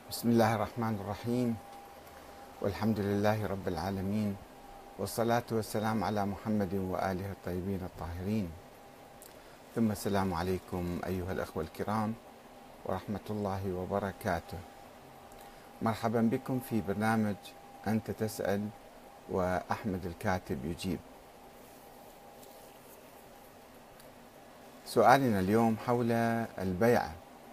بسم الله الرحمن الرحيم، والحمد لله رب العالمين، والصلاة والسلام على محمد وآله الطيبين الطاهرين. ثم السلام عليكم أيها الأخوة الكرام ورحمة الله وبركاته. مرحبا بكم في برنامج أنت تسأل وأحمد الكاتب يجيب. سؤالنا اليوم حول البيعة.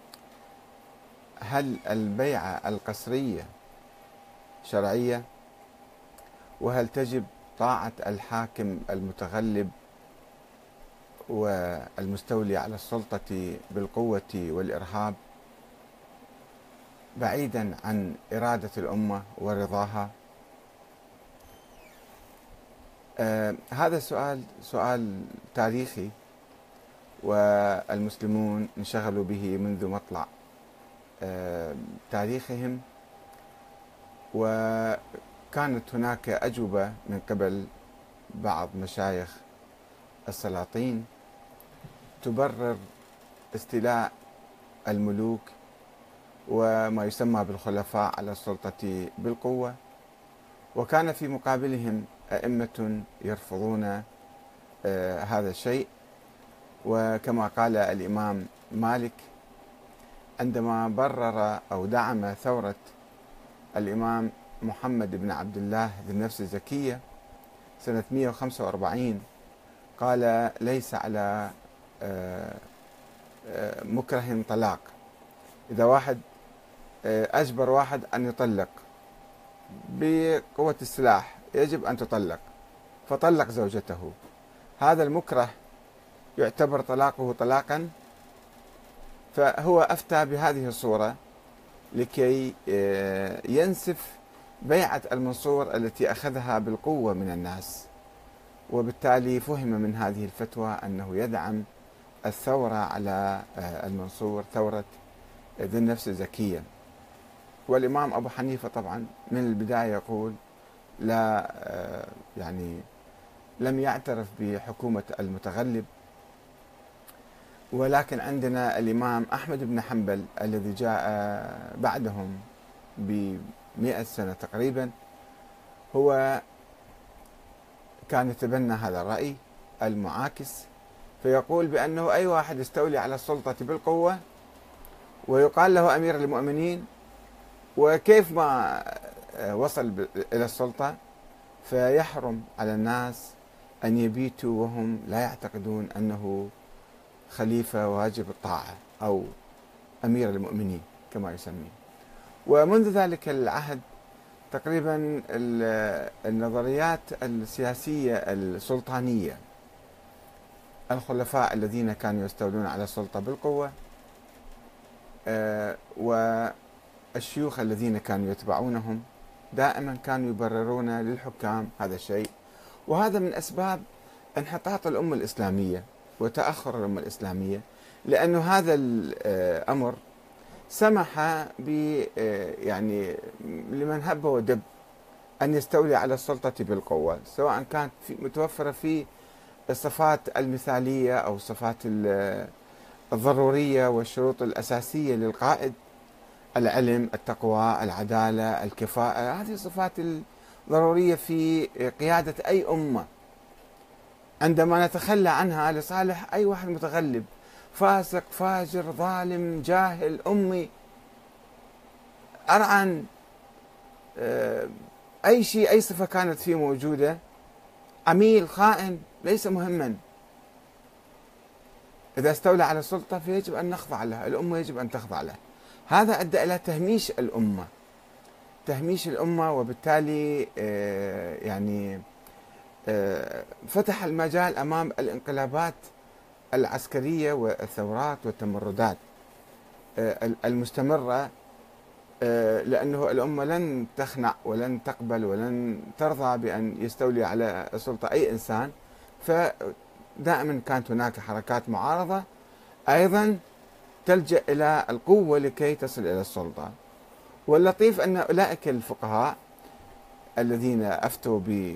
هل البيعة القسرية شرعية؟ وهل تجب طاعة الحاكم المتغلب والمستولي على السلطة بالقوة والإرهاب بعيدا عن إرادة الأمة ورضاها؟ هذا سؤال تاريخي، والمسلمون انشغلوا به منذ مطلع تاريخهم، وكانت هناك أجوبة من قبل بعض مشايخ السلاطين تبرر استيلاء الملوك وما يسمى بالخلفاء على السلطة بالقوة، وكان في مقابلهم أئمة يرفضون هذا الشيء. وكما قال الإمام مالك عندما برر أو دعم ثورة الإمام محمد بن عبد الله ذي النفس الزكية سنة 145، قال: ليس على مكره طلاق. إذا واحد أجبر واحد أن يطلق بقوة السلاح يجب أن تطلق، فطلق زوجته، هذا المكره يعتبر طلاقه طلاقا. فهو أفتى بهذه الصورة لكي ينسف بيعة المنصور التي أخذها بالقوة من الناس، وبالتالي فهم من هذه الفتوى أنه يدعم الثورة على المنصور، ثورة ذي النفس الزكية. والإمام أبو حنيفة طبعا من البداية يقول لا، يعني لم يعترف بحكومة المتغلب. ولكن عندنا الإمام أحمد بن حنبل الذي جاء بعدهم ب100 سنة تقريبا، هو كان يتبنى هذا الرأي المعاكس، فيقول بأنه أي واحد يستولي على السلطة بالقوة ويقال له أمير المؤمنين، وكيف ما وصل إلى السلطة، فيحرم على الناس أن يبيتوا وهم لا يعتقدون أنه خليفة واجب الطاعة أو أمير المؤمنين كما يسميه. ومنذ ذلك العهد تقريبا النظريات السياسية السلطانية، الخلفاء الذين كانوا يستولون على السلطة بالقوة والشيوخ الذين كانوا يتبعونهم، دائما كانوا يبررون للحكام هذا الشيء. وهذا من أسباب انحطاط الأمة الإسلامية وتأخر الأمة الإسلامية، لأن هذا الأمر سمح ب يعني لمن هب ودب أن يستولي على السلطة بالقوة، سواء كانت متوفرة في الصفات المثالية أو الصفات الضرورية والشروط الأساسية للقائد: العلم، التقوى، العدالة، الكفاءة. هذه الصفات الضرورية في قيادة أي أمة. عندما نتخلى عنها لصالح أي واحد متغلب، فاسق، فاجر، ظالم، جاهل، أمي، أرعن، أي شيء، أي صفة كانت فيه موجودة، عميل، خائن، ليس مهما، إذا استولى على السلطة فيجب أن نخضع لها، الأمة يجب أن تخضع لها. هذا أدى إلى تهميش الأمة، تهميش الأمة، وبالتالي يعني فتح المجال أمام الانقلابات العسكرية والثورات والتمردات المستمرة، لأنه الأمة لن تخنع ولن تقبل ولن ترضى بأن يستولي على السلطة أي إنسان. فدائما كانت هناك حركات معارضة أيضا تلجأ إلى القوة لكي تصل إلى السلطة. واللطيف أن أولئك الفقهاء الذين أفتوا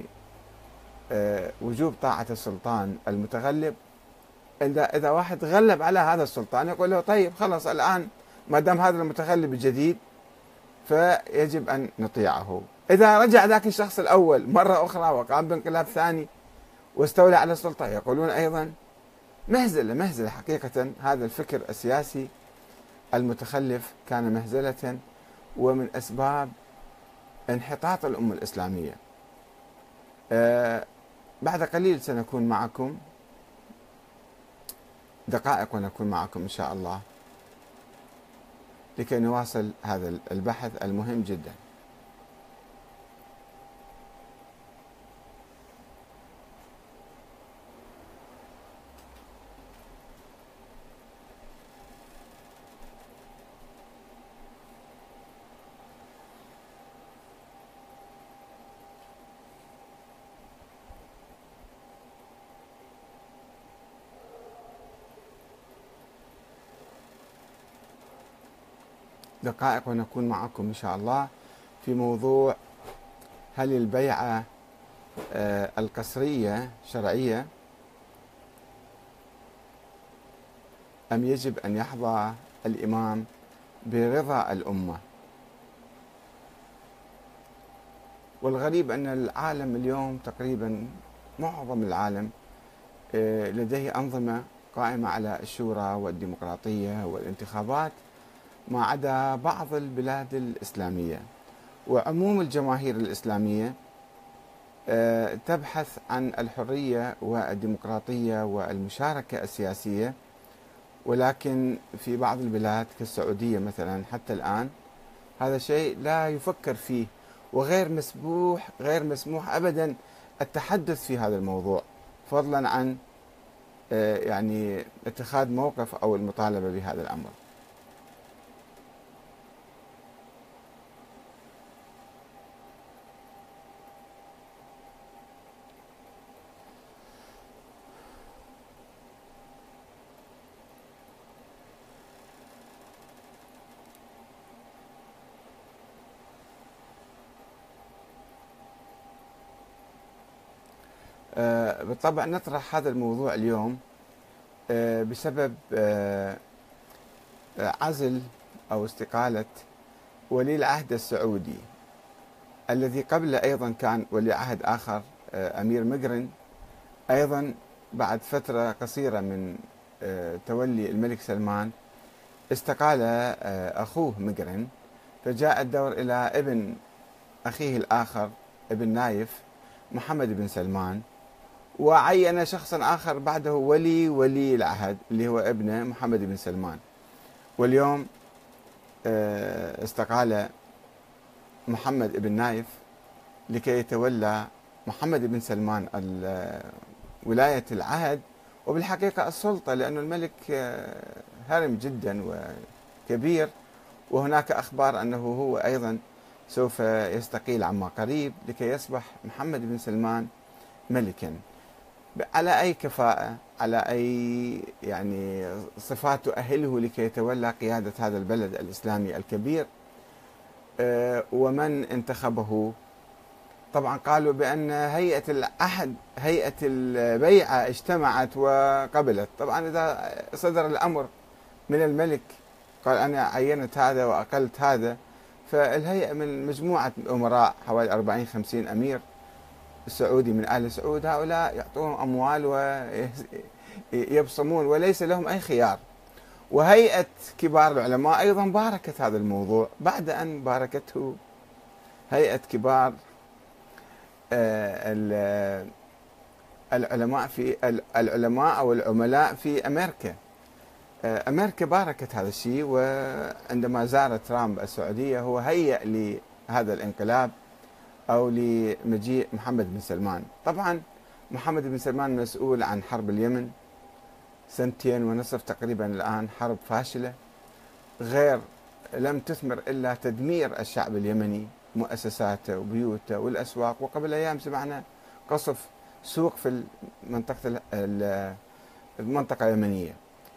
بوجوب طاعة السلطان المتغلب، إذا واحد غلب على هذا السلطان يقول له: طيب خلص، الآن ما دام هذا المتغلب الجديد فيجب أن نطيعه. إذا رجع ذاك الشخص الأول مرة أخرى وقام بانقلاب ثاني واستولى على السلطة، يقولون أيضا مهزلة حقيقة. هذا الفكر السياسي المتخلف كان مهزلة ومن أسباب انحطاط الأمة الإسلامية. بعد قليل سنكون معكم دقائق ونكون معكم إن شاء الله لكي نواصل هذا البحث المهم جدا. دقائق ونكون معكم إن شاء الله في موضوع: هل البيعة القسرية شرعية أم يجب أن يحظى الإمام برضا الأمة؟ والغريب أن العالم اليوم تقريبا معظم العالم لديه أنظمة قائمة على الشورى والديمقراطية والانتخابات، ما عدا بعض البلاد الإسلامية. وعموم الجماهير الإسلامية تبحث عن الحرية والديمقراطية والمشاركة السياسية، ولكن في بعض البلاد كالسعودية مثلا حتى الآن هذا شيء لا يفكر فيه، وغير مسموح أبدا التحدث في هذا الموضوع، فضلا عن يعني اتخاذ موقف أو المطالبة بهذا الأمر. بالطبع نطرح هذا الموضوع اليوم بسبب عزل أو استقالة ولي العهد السعودي، الذي قبله أيضا كان ولي عهد آخر أمير مقرن، أيضا بعد فترة قصيرة من تولي الملك سلمان استقال أخوه مقرن، فجاء الدور إلى ابن أخيه الآخر ابن نايف محمد بن سلمان، وعين شخصا آخر بعده ولي العهد اللي هو ابنه محمد بن سلمان. واليوم استقال محمد بن نايف لكي يتولى محمد بن سلمان ولاية العهد وبالحقيقة السلطة، لأن الملك هرم جدا وكبير، وهناك أخبار أنه هو أيضا سوف يستقيل عما قريب لكي يصبح محمد بن سلمان ملكا. على أي كفاءة، على أي يعني صفات تؤهله لكي يتولى قيادة هذا البلد الإسلامي الكبير؟ ومن انتخبه؟ طبعا قالوا بأن هيئة العهد، هيئة البيعة اجتمعت وقبلت. طبعا إذا صدر الأمر من الملك قال أنا عينت هذا وأقلت هذا، فالهيئة من مجموعة أمراء حوالي 40-50 أمير السعودي من آل سعود، هؤلاء يعطون أموال ويبصمون وليس لهم أي خيار. وهيئة كبار العلماء أيضا باركت هذا الموضوع بعد أن باركته هيئة كبار العلماء أو العملاء في أمريكا. أمريكا باركت هذا الشيء، وعندما زار ترامب السعودية هو هيأ لهذا الانقلاب أو لمجيء محمد بن سلمان. طبعا محمد بن سلمان مسؤول عن حرب اليمن 2.5 تقريبا الآن، حرب فاشلة غير لم تثمر إلا تدمير الشعب اليمني، مؤسساته وبيوته والأسواق، وقبل أيام سمعنا قصف سوق في المنطقة اليمنية.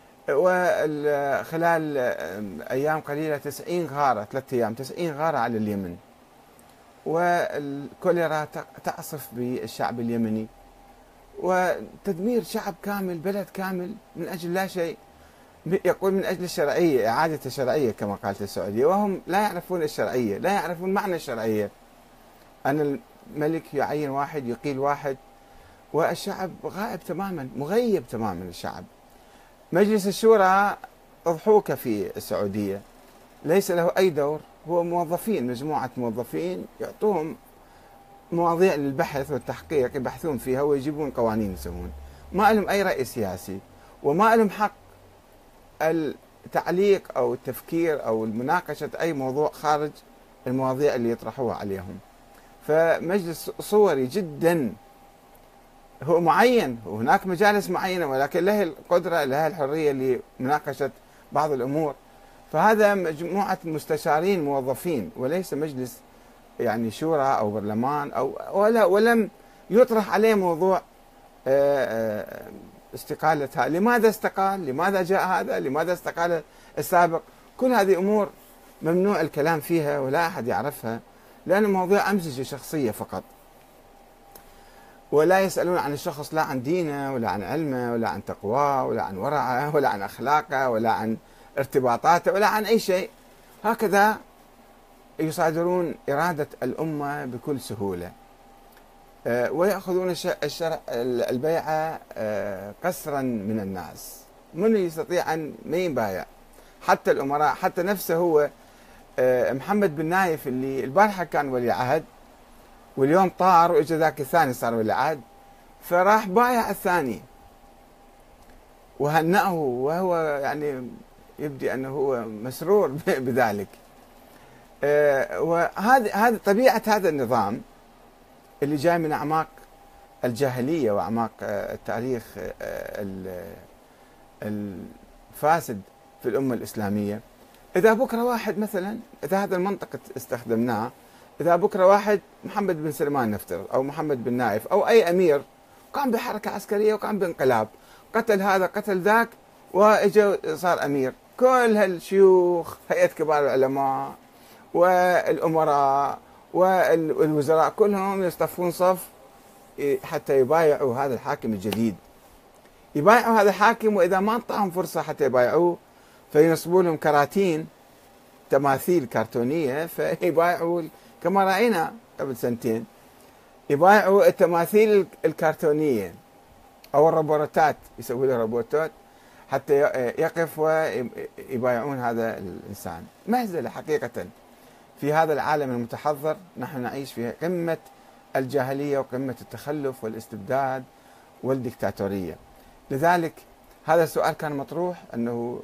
وخلال أيام قليلة 90 غارة، 3 أيام 90 غارة على اليمن، والكوليرا تعصف بالشعب اليمني، وتدمير شعب كامل، بلد كامل من أجل لا شيء. يقول من أجل الشرعية، إعادة الشرعية كما قالت السعودية، وهم لا يعرفون الشرعية، لا يعرفون معنى الشرعية. أن الملك يعين واحد، يقيل واحد، والشعب غائب تماما، مغيب تماما الشعب. مجلس الشورى أضحوك في السعودية، ليس له أي دور، هو موظفين، مجموعة موظفين يعطوهم مواضيع للبحث والتحقيق، يبحثون فيها ويجيبون قوانين يسوون، ما لهم أي رأي سياسي، وما لهم حق التعليق أو التفكير أو مناقشة أي موضوع خارج المواضيع اللي يطرحوها عليهم. فمجلس صوري جدا، هو معين، وهناك مجالس معينة، ولكن له القدرة، له الحرية لمناقشة بعض الأمور. فهذا مجموعة مستشارين موظفين، وليس مجلس يعني شورى أو برلمان ولم يطرح عليه موضوع استقالة. لماذا استقال؟ لماذا جاء هذا؟ لماذا استقال السابق؟ كل هذه أمور ممنوع الكلام فيها ولا أحد يعرفها، لأن مواضيع أمزجة شخصية فقط، ولا يسألون عن الشخص، لا عن دينه ولا عن علمه ولا عن تقواه ولا عن ورعه ولا عن أخلاقه ولا عن ارتباطاته ولا عن أي شيء. هكذا يصادرون إرادة الأمة بكل سهولة، ويأخذون البيعة قسرا من الناس. من يستطيع أن ما يبايع؟ حتى الأمراء، حتى نفسه هو محمد بن نايف اللي البارحة كان ولي عهد، واليوم طار واجى ذاك الثاني صار ولي عهد، فراح بايع الثاني وهنأه، وهو يعني يبدي أنه هو مسرور بذلك. وهذا طبيعة هذا النظام اللي جاي من أعماق الجاهلية وأعماق التاريخ الفاسد في الأمة الإسلامية. إذا بكرة واحد مثلا، إذا هذا المنطق استخدمناه، إذا بكرة واحد محمد بن سلمان نفترض، أو محمد بن نايف أو أي أمير قام بحركة عسكرية وقام بانقلاب، قتل هذا قتل ذاك وإجا صار أمير، كل هالشيوخ، هيئة كبار العلماء والأمراء والوزراء كلهم يصطفون صف حتى يبايعوا هذا الحاكم الجديد، يبايعوا هذا الحاكم. وإذا ما انطاهم فرصة حتى يبايعوه فينصبوا لهم كراتين، تماثيل كرتونية، فيبايعوا كما رأينا قبل سنتين، يبايعوا التماثيل الكرتونية أو الروبوتات، يسوي له روبوتات حتى يقف ويبايعون هذا الإنسان. مهزلة حقيقة في هذا العالم المتحضر. نحن نعيش في قمة الجاهلية وقمة التخلف والاستبداد والديكتاتورية. لذلك هذا السؤال كان مطروح، أنه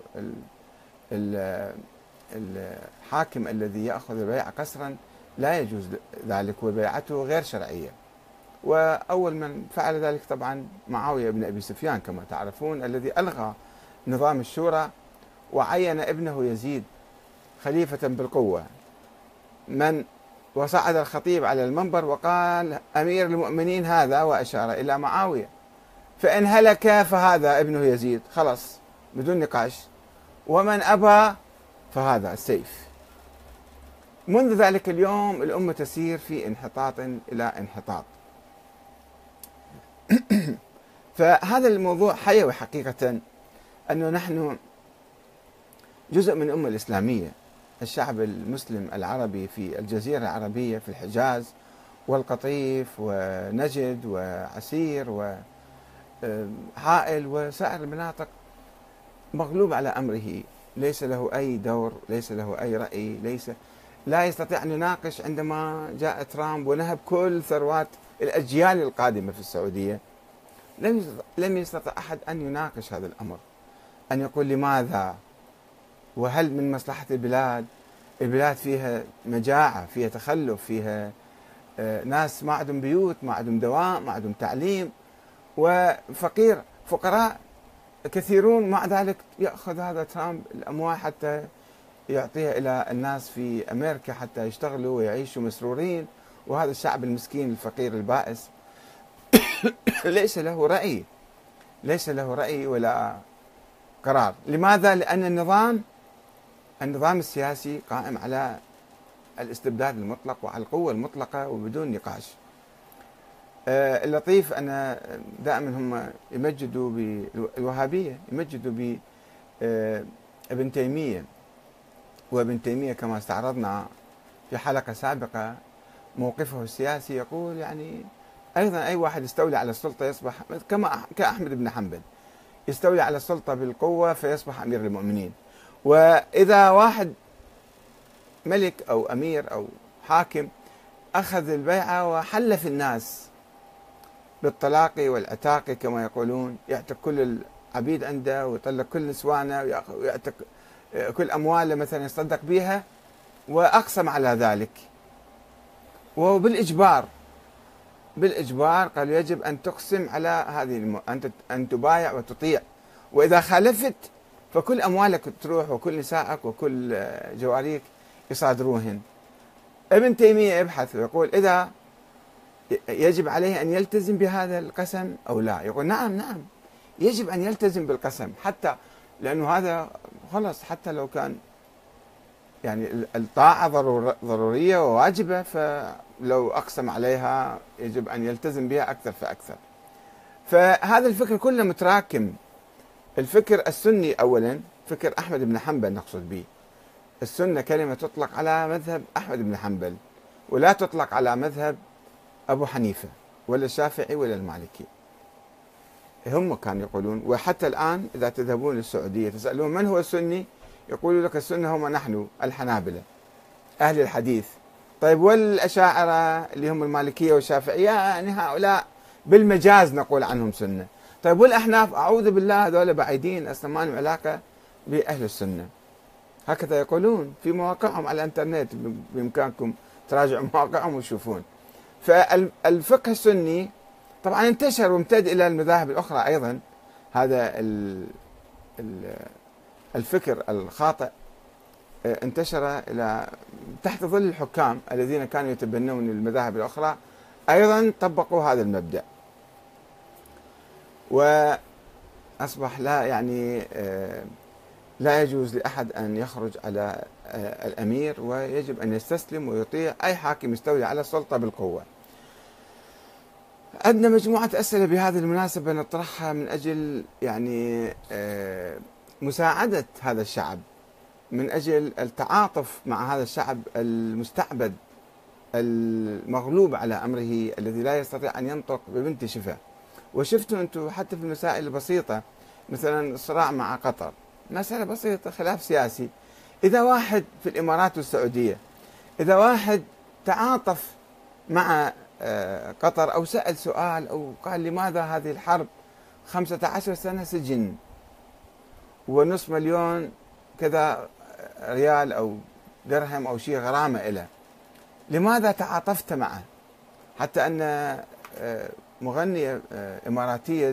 الحاكم الذي يأخذ البيعة قسرا لا يجوز ذلك، وبيعته غير شرعية. وأول من فعل ذلك طبعا معاوية بن أبي سفيان كما تعرفون، الذي ألغى نظام الشورى وعين ابنه يزيد خليفة بالقوة، وصعد الخطيب على المنبر وقال أمير المؤمنين هذا، وأشار إلى معاوية، فإن هلك فهذا ابنه يزيد، خلص بدون نقاش، ومن أبى فهذا السيف. منذ ذلك اليوم الأمة تسير في انحطاط إلى انحطاط. فهذا الموضوع حيوي حقيقة، أنه نحن جزء من الأمة الإسلامية، الشعب المسلم العربي في الجزيرة العربية، في الحجاز والقطيف ونجد وعسير وحائل وسائر المناطق، مغلوب على أمره، ليس له أي دور، ليس له أي رأي، لا يستطيع أن يناقش. عندما جاء ترامب ونهب كل ثروات الأجيال القادمة في السعودية، لم يستطع أحد أن يناقش هذا الأمر، أن يقول لماذا، وهل من مصلحة البلاد فيها مجاعة، فيها تخلف، فيها ناس ما عندهم بيوت، ما عندهم دواء، ما عندهم تعليم، فقراء كثيرون، مع ذلك يأخذ هذا ترامب الأموال حتى يعطيها إلى الناس في أمريكا حتى يشتغلوا ويعيشوا مسرورين، وهذا الشعب المسكين الفقير البائس ليس له رأي ولا قرار. لماذا؟ لأن النظام السياسي قائم على الاستبداد المطلق وعلى القوة المطلقة وبدون نقاش. اللطيف أن دائما هم يمجدوا بالوهابية، يمجدوا ابن تيمية، وابن تيمية كما استعرضنا في حلقة سابقة موقفه السياسي، يقول يعني أيضا أي واحد يستولي على السلطة يصبح كأحمد بن حنبل، يستولي على السلطة بالقوة فيصبح أمير المؤمنين. وإذا واحد ملك أو أمير أو حاكم أخذ البيعة وحلف الناس بالطلاق والعتاق كما يقولون، يعتق كل العبيد عنده ويطلق كل نسوانه ويعتق كل أمواله مثلا يصدق بها، وأقسم على ذلك وبالإجبار، قال يجب أن تقسم على هذه أن تبايع وتطيع، وإذا خالفت فكل أموالك تروح وكل نسائك وكل جواريك يصادروهن. ابن تيمية يبحث ويقول إذا يجب عليه أن يلتزم بهذا القسم أو لا، يقول نعم يجب أن يلتزم بالقسم، حتى لأنه هذا خلص، حتى لو كان يعني الطاعة ضرورية وواجبة، فلو أقسم عليها يجب أن يلتزم بها أكثر فأكثر. فهذا الفكر كله متراكم. الفكر السني أولا فكر أحمد بن حنبل نقصد به، السنة كلمة تطلق على مذهب أحمد بن حنبل، ولا تطلق على مذهب أبو حنيفة ولا الشافعي ولا المالكي. هم كانوا يقولون، وحتى الآن إذا تذهبون للسعودية تسألون من هو السني، يقولوا لك السنة هم نحن الحنابلة أهل الحديث. طيب والأشاعرة اللي هم المالكية والشافعية، يعني هؤلاء بالمجاز نقول عنهم سنة. طيب والأحناف أعوذ بالله هذول بعيدين، أصلا ما لهم علاقة بأهل السنة. هكذا يقولون في مواقعهم على الانترنت، بإمكانكم تراجعوا مواقعهم وتشوفون. فالفقه السني طبعا انتشر وامتد إلى المذاهب الأخرى أيضا. هذا الفكر الخاطئ انتشر إلى تحت ظل الحكام الذين كانوا يتبنون المذاهب الأخرى، أيضا طبقوا هذا المبدأ، وأصبح لا يجوز لأحد أن يخرج على الأمير، ويجب أن يستسلم ويطيع أي حاكم يستولي على السلطة بالقوة. عندنا مجموعة أسئلة بهذه المناسبة نطرحها من أجل مساعدة هذا الشعب، من أجل التعاطف مع هذا الشعب المستعبد المغلوب على أمره، الذي لا يستطيع أن ينطق ببنت شفاه. وشفتوا أنتم حتى في المسائل البسيطة، مثلا الصراع مع قطر، مسألة بسيطة خلاف سياسي، إذا واحد في الإمارات والسعودية، إذا واحد تعاطف مع قطر أو سأل سؤال أو قال لماذا هذه الحرب 15 سنة سجن ونصف مليون كذا ريال أو درهم أو شيء غرامة إله، لماذا تعاطفت معه؟ حتى أن مغنية إماراتية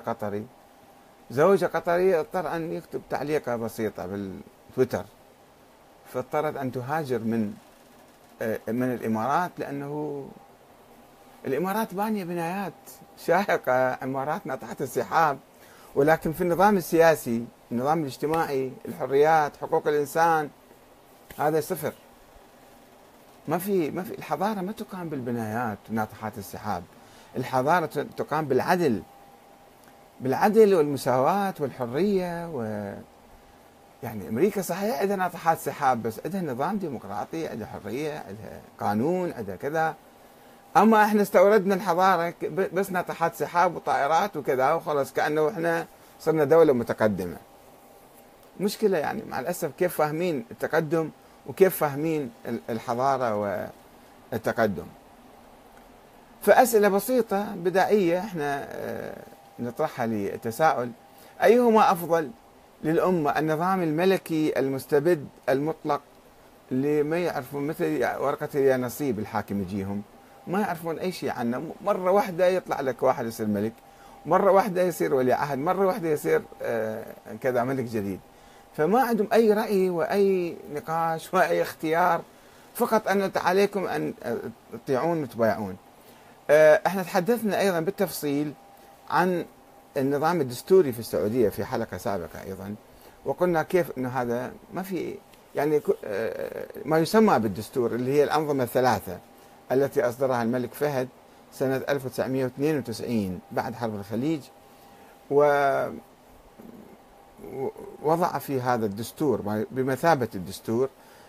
زوجها قطري اضطر أن يكتب تعليقة بسيطة بالتويتر، فاضطرت أن تهاجر من الإمارات، لأنه الإمارات بانية بنايات شاهقة، إماراتنا تحت السحاب، ولكن في النظام السياسي، النظام الاجتماعي، الحريات، حقوق الإنسان، هذا صفر. ما في الحضارة ما تقام بالبنايات وناطحات السحاب، الحضارة تقام بالعدل والمساواة والحرية. يعني أمريكا صحيح عندها ناطحات سحاب، بس عندها نظام ديمقراطي، عندها حرية، عندها قانون، عندها كذا. أما إحنا استوردنا الحضارة بس ناطحات سحاب وطائرات وكذا وخلاص، كأنه إحنا صرنا دولة متقدمة. مشكلة يعني مع الأسف كيف فاهمين التقدم وكيف فاهمين الحضارة والتقدم. فأسئلة بسيطة بدائية إحنا نطرحها للتساؤل: أيهما أفضل للأمة، النظام الملكي المستبد المطلق اللي ما يعرفون، مثل ورقة اليانصيب الحاكم يجيهم ما يعرفون أي شيء عنه، مرة واحدة يطلع لك واحد يصير ملك، مرة واحدة يصير ولي عهد، مرة واحدة يصير كذا ملك جديد، فما عندهم أي رأي وأي نقاش وأي اختيار، فقط أن عليكم أن تطيعون وتبايعون. احنا تحدثنا أيضا بالتفصيل عن النظام الدستوري في السعودية في حلقة سابقة أيضا، وقلنا كيف أنه هذا ما في يعني ما يسمى بالدستور، اللي هي الأنظمة الثلاثة التي أصدرها الملك فهد سنة 1992 بعد حرب الخليج، وضع في هذا الدستور بمثابة الدستور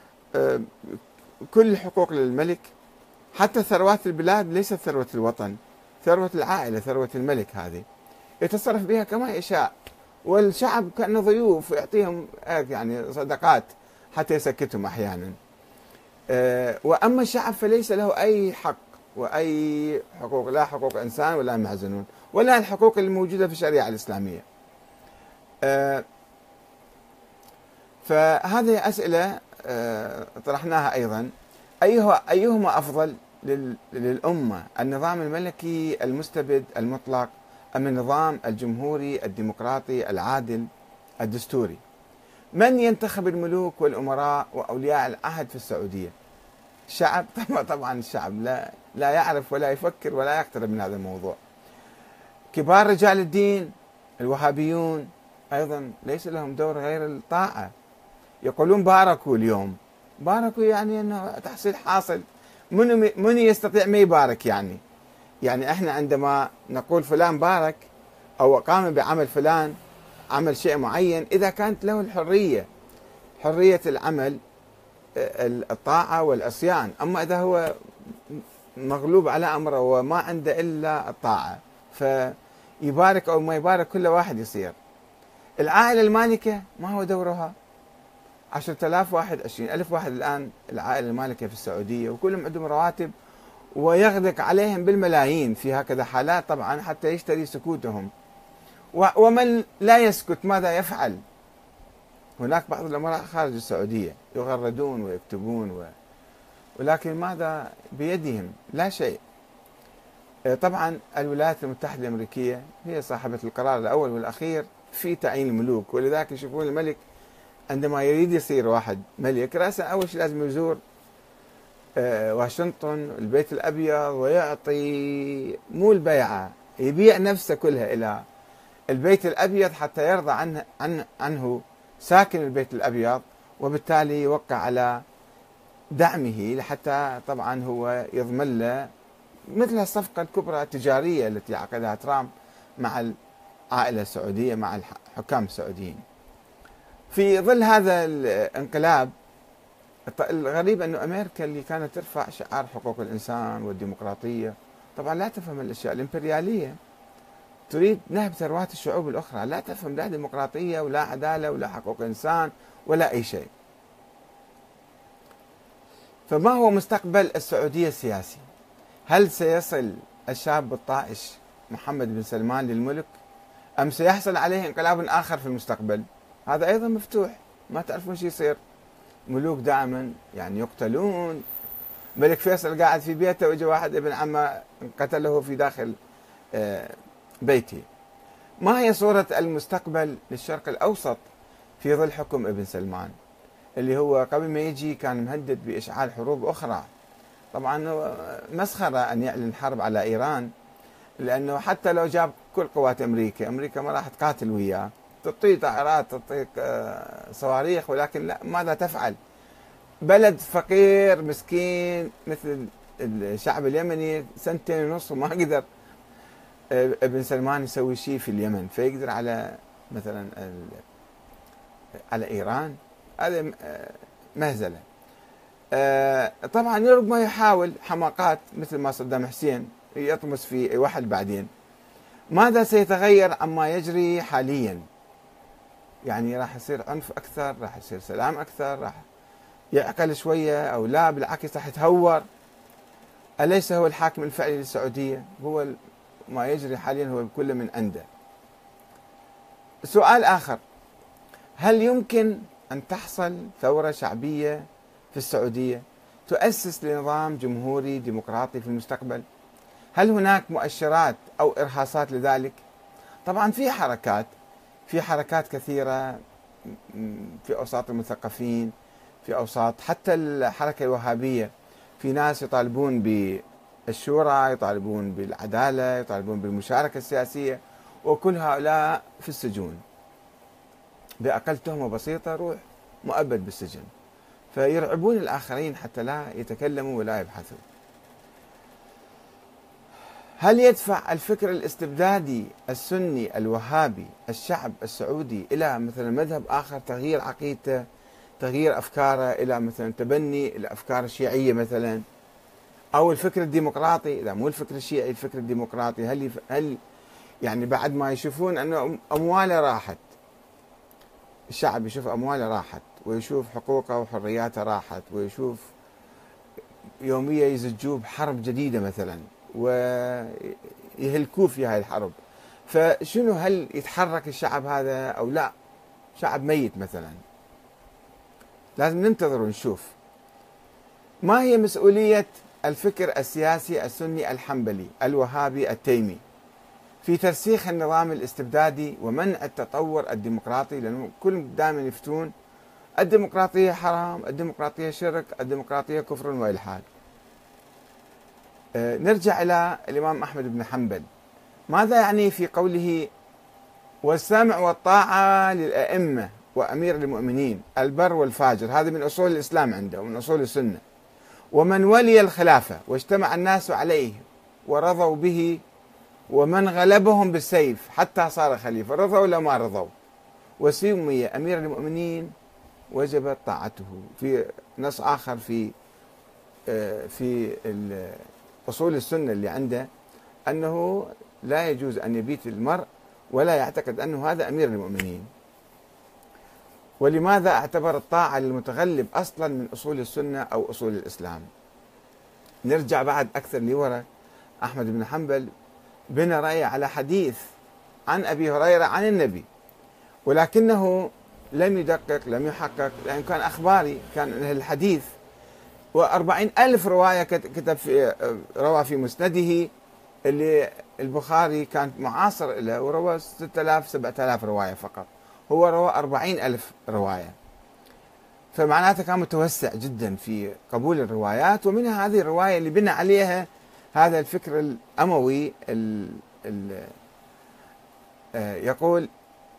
كل الحقوق للملك، حتى ثروات البلاد ليست ثروة الوطن، ثروة العائلة، ثروة الملك هذه يتصرف بها كما يشاء، والشعب كأنه ضيوف يعطيهم يعني صدقات حتى يسكتهم أحيانا. وأما الشعب فليس له أي حق وأي حقوق، لا حقوق إنسان ولا محزنون ولا الحقوق الموجودة في الشريعة الإسلامية. فهذه أسئلة طرحناها أيضا. أيهما أفضل للأمة، النظام الملكي المستبد المطلق أم النظام الجمهوري الديمقراطي العادل الدستوري؟ من ينتخب الملوك والأمراء وأولياء العهد في السعودية؟ الشعب. طبعا الشعب لا يعرف ولا يفكر ولا يقترب من هذا الموضوع. كبار رجال الدين الوهابيون أيضا ليس لهم دور غير الطاعة. يقولون باركوا اليوم، باركوا يعني أنه تحصيل حاصل. من يستطيع ما يبارك؟ يعني احنا عندما نقول فلان بارك أو قام بعمل فلان، عمل شيء معين، إذا كانت له الحرية، حرية العمل، الطاعة والعصيان. أما إذا هو مغلوب على أمره وما عنده إلا الطاعة، فيبارك أو ما يبارك كل واحد يصير. العائلة المالكة ما هو دورها؟ 10,000 واحد، 20,000 واحد الآن العائلة المالكة في السعودية، وكلهم عندهم رواتب ويغدق عليهم بالملايين في هكذا حالات طبعا حتى يشتري سكوتهم. ومن لا يسكت ماذا يفعل؟ هناك بعض الأمراء خارج السعودية يغردون ويكتبون ولكن ماذا بيدهم؟ لا شيء. طبعا الولايات المتحدة الأمريكية هي صاحبة القرار الأول والأخير في تعيين الملوك، ولذلك يشوفون الملك عندما يريد يصير واحد ملك رأسا أول شيء لازم يزور واشنطن، البيت الأبيض، ويعطي مو البيعة، يبيع نفسه كلها إلى البيت الأبيض حتى يرضى عنه ساكن البيت الأبيض، وبالتالي يوقع على دعمه لحتى طبعا هو يضمن له مثل الصفقة الكبرى التجارية التي عقدها ترامب مع العائلة السعودية، مع الحكام السعوديين. في ظل هذا الانقلاب الغريب أن أمريكا اللي كانت ترفع شعار حقوق الإنسان والديمقراطية طبعا لا تفهم الأشياء الإمبريالية، تريد نهب ثروات الشعوب الأخرى، لا تفهم لا ديمقراطية ولا عدالة ولا حقوق إنسان ولا أي شيء. فما هو مستقبل السعودية السياسي؟ هل سيصل الشاب الطائش محمد بن سلمان للملك، أم سيحصل عليه انقلاب آخر في المستقبل؟ هذا أيضا مفتوح، ما تعرفون شو يصير. ملوك دائما يعني يقتلون. ملك فيصل قاعد في بيته وجاء واحد ابن عمه قتله في داخل بيته. ما هي صورة المستقبل للشرق الأوسط في ظل حكم ابن سلمان، اللي هو قبل ما يجي كان مهدد بإشعال حروب أخرى؟ طبعا مسخرة أن يعلن حرب على إيران، لأنه حتى لو جاب كل قوات أمريكا ما راح تقاتل وياه، تعطيه طائرات، تعطيك صواريخ، ولكن لا، ماذا تفعل؟ بلد فقير مسكين مثل الشعب اليمني 2.5 وما قدر ابن سلمان يسوي شيء في اليمن، فيقدر على مثلا على إيران؟ هذا مهزلة. طبعا ربما يحاول حماقات مثل ما صدام حسين يطمس في وحل بعدين. ماذا سيتغير عما يجري حاليا؟ يعني راح يصير عنف أكثر، راح يصير سلام أكثر، راح يعقل شوية أو لا بالعكس راح يتهور؟ أليس هو الحاكم الفعلي للسعودية؟ هو ما يجري حاليا هو كله من عنده. سؤال آخر، هل يمكن أن تحصل ثورة شعبية في السعودية تؤسس لنظام جمهوري ديمقراطي في المستقبل؟ هل هناك مؤشرات أو إرهاصات لذلك؟ طبعا في حركات كثيرة في أوساط المثقفين، في أوساط حتى الحركة الوهابية، في ناس يطالبون بالشورى، يطالبون بالعدالة، يطالبون بالمشاركة السياسية، وكل هؤلاء في السجون بأقل تهمة بسيطة روح مؤبد بالسجن، فيرعبون الآخرين حتى لا يتكلموا ولا يبحثوا. هل يدفع الفكر الاستبدادي السني الوهابي الشعب السعودي إلى مثلا مذهب آخر، تغيير عقيدته، تغيير أفكاره إلى مثلا تبني الأفكار الشيعية مثلا، أو الفكر الديمقراطي؟ إذا مو الفكر الشيعي الفكر الديمقراطي، هل يعني بعد ما يشوفون أن أمواله راحت، الشعب يشوف أمواله راحت ويشوف حقوقه وحرياته راحت ويشوف يوميا يزجوه بحرب جديدة مثلا ويهلكوه في هاي الحرب، فشنو، هل يتحرك الشعب هذا أو لا؟ شعب ميت مثلا. لازم ننتظر ونشوف. ما هي مسؤولية الفكر السياسي السني الحنبلي الوهابي التيمي في ترسيخ النظام الاستبدادي ومنع التطور الديمقراطي؟ لأنه كل دائما يفتون الديمقراطية حرام، الديمقراطية شرك، الديمقراطية كفر وإلحاد. نرجع إلى الإمام أحمد بن حنبل، ماذا يعني في قوله والسمع والطاعة للأئمة وأمير المؤمنين البر والفاجر؟ هذا من أصول الإسلام عنده ومن أصول السنة. ومن ولي الخلافة واجتمع الناس عليه ورضوا به، ومن غلبهم بالسيف حتى صار خليفة، رضوا ولا ما رضوا، وسمي أمير المؤمنين وجبت طاعته. في نص آخر في أصول السنة اللي عنده أنه لا يجوز أن يبيت المرء ولا يعتقد أنه هذا أمير المؤمنين. ولماذا اعتبر الطاعة للمتغلب أصلا من أصول السنة أو أصول الإسلام؟ نرجع بعد أكثر لورا. أحمد بن حنبل بنى رأيه على حديث عن أبي هريرة عن النبي، ولكنه لم يدقق، لم يحقق، لأنه كان أخباري، كان الحديث و40,000 رواية كتب روى في مسنده، اللي البخاري كان معاصر له وروى 6000 7000 رواية فقط، هو روى 40,000 رواية. فمعناته كان متوسع جدا في قبول الروايات، ومنها هذه الرواية اللي بنى عليها هذا الفكر الأموي يقول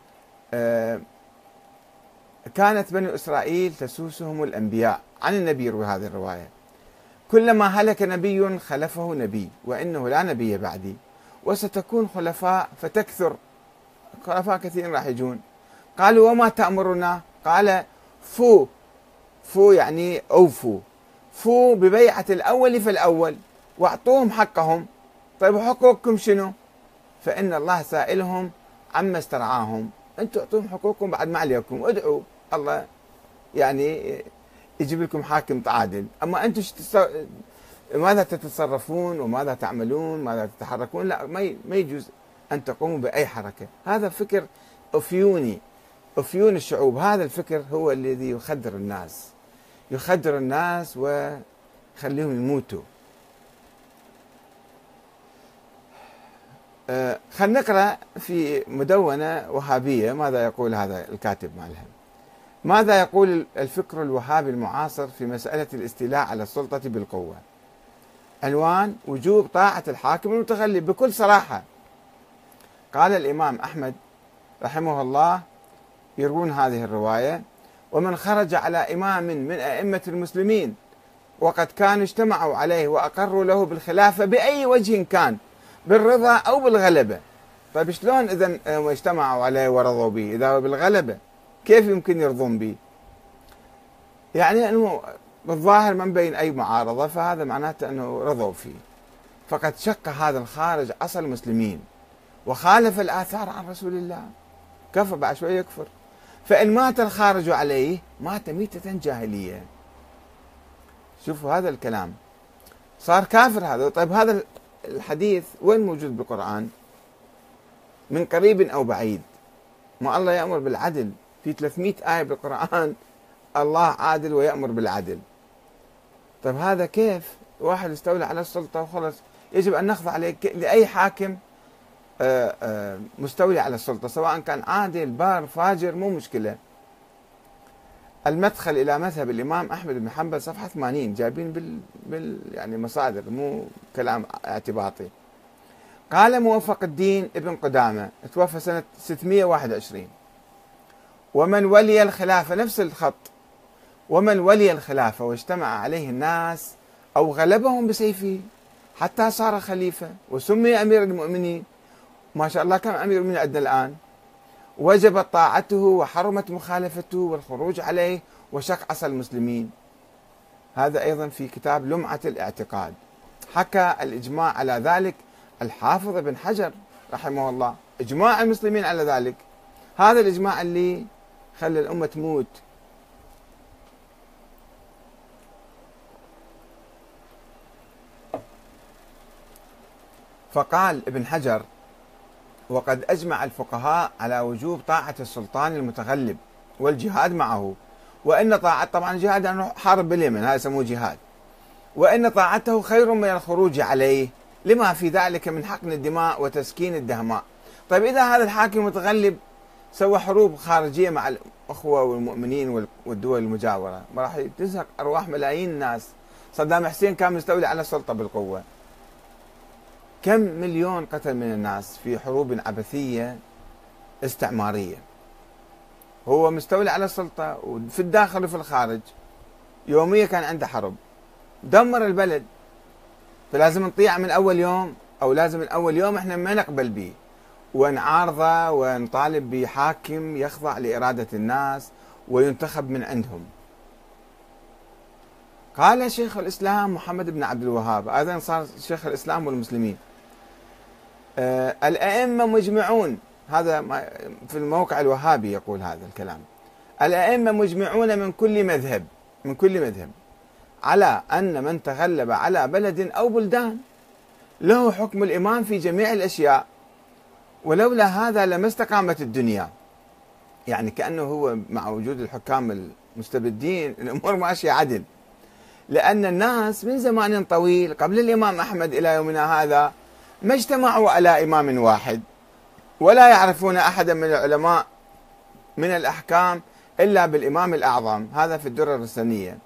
كانت بني إسرائيل تسوسهم الأنبياء، عن النبي يروي هذه الرواية، كلما هلك نبي خلفه نبي وإنه لا نبي بعدي وستكون خلفاء فتكثر، خلفاء كثيرين راح يجون. قالوا وما تأمرنا؟ قال فو يعني أوفوا، فو ببيعة الأول فالأول واعطوهم حقهم. طيب حقوقكم شنو؟ فإن الله سائلهم عما استرعاهم، أنتم اعطوهم حقوقكم بعد ما عليكم، ادعوا الله يعني يجيب لكم حاكم عادل، أما أنتم ماذا تتصرفون وماذا تعملون، ماذا تتحركون؟ لا، ما يجوز أن تقوموا بأي حركة. هذا فكر أفيوني، أفيون الشعوب. هذا الفكر هو الذي يخدر الناس ويخليهم يموتوا. خلينا نقرأ في مدونة وهابية ماذا يقول هذا الكاتب مالها. ماذا يقول الفكر الوهابي المعاصر في مسألة الاستيلاء على السلطة بالقوة؟ عنوان: وجوب طاعة الحاكم المتغلب بكل صراحة. قال الإمام أحمد رحمه الله، يروون هذه الرواية: ومن خرج على إمام من أئمة المسلمين وقد كانوا اجتمعوا عليه وأقروا له بالخلافة بأي وجه كان، بالرضا أو بالغلبة. طيب شلون إذا اجتمعوا عليه ورضوا به إذا هو بالغلبة؟ كيف يمكن يرضون به؟ يعني أنه بالظاهر ما مبين أي معارضة، فهذا معناته أنه رضوا فيه. فقد شق هذا الخارج أصل المسلمين وخالف الآثار عن رسول الله، كفر بعد شوية يكفر. فإن مات الخارج عليه مات ميتة جاهلية. شوفوا هذا الكلام، صار كافر هذا. طيب هذا الحديث وين موجود بالقرآن؟ من قريب أو بعيد. ما الله يأمر بالعدل في 300 آية بالقرآن، الله عادل ويأمر بالعدل. طيب هذا كيف واحد استولى على السلطة وخلص يجب أن نخضع لأي حاكم مستولي على السلطة، سواء كان عادل بار فاجر، مو مشكلة. المدخل إلى مذهب الإمام أحمد بن حنبل صفحة 80، جايبين يعني مصادر، مو كلام اعتباطي. قال موفق الدين ابن قدامة، توفى سنة 621: ومن ولي الخلافة، نفس الخط، ومن ولي الخلافة واجتمع عليه الناس أو غلبهم بسيفه حتى صار خليفة وسمي أمير المؤمنين. ما شاء الله كم أمير المؤمنين عندنا الآن. وجبت طاعته وحرمت مخالفته والخروج عليه وشق عصا المسلمين. هذا أيضا في كتاب لمعة الاعتقاد. حكى الإجماع على ذلك الحافظ ابن حجر رحمه الله، إجماع المسلمين على ذلك. هذا الإجماع اللي خلى الأمة تموت. فقال ابن حجر: وقد أجمع الفقهاء على وجوب طاعة السلطان المتغلب والجهاد معه، وإن طاعة، طبعا الجهاد أنه حارب باليمن، هذا يسموه جهاد، وإن طاعته خير من الخروج عليه لما في ذلك من حقن الدماء وتسكين الدهماء. طيب إذا هذا الحاكم المتغلب سوى حروب خارجية مع الأخوة والمؤمنين والدول المجاورة، ما راح تزهق أرواح ملايين الناس. صدام حسين كان مستولي على السلطة بالقوة، كم مليون قتل من الناس في حروب عبثية استعمارية. هو مستولي على السلطة وفي الداخل وفي الخارج، يوميا كان عنده حرب، دمر البلد. فلازم نطيع من أول يوم، أو لازم من أول يوم إحنا ما نقبل به ونعارضه ونطالب بحاكم يخضع لإرادة الناس وينتخب من عندهم. قال شيخ الإسلام محمد بن عبد الوهاب، أيضا صار شيخ الإسلام والمسلمين: الأئمة مجمعون، هذا في الموقع الوهابي يقول هذا الكلام، الأئمة مجمعون من كل مذهب على أن من تغلب على بلد أو بلدان له حكم الإمام في جميع الأشياء، ولولا هذا لما استقامت الدنيا. يعني كأنه هو مع وجود الحكام المستبدين الأمور ماشية عدل، لأن الناس من زمان طويل قبل الإمام أحمد إلى يومنا هذا ما اجتمعوا على إمام واحد، ولا يعرفون أحدا من العلماء من الأحكام إلا بالإمام الأعظم. هذا في الدرر السنية.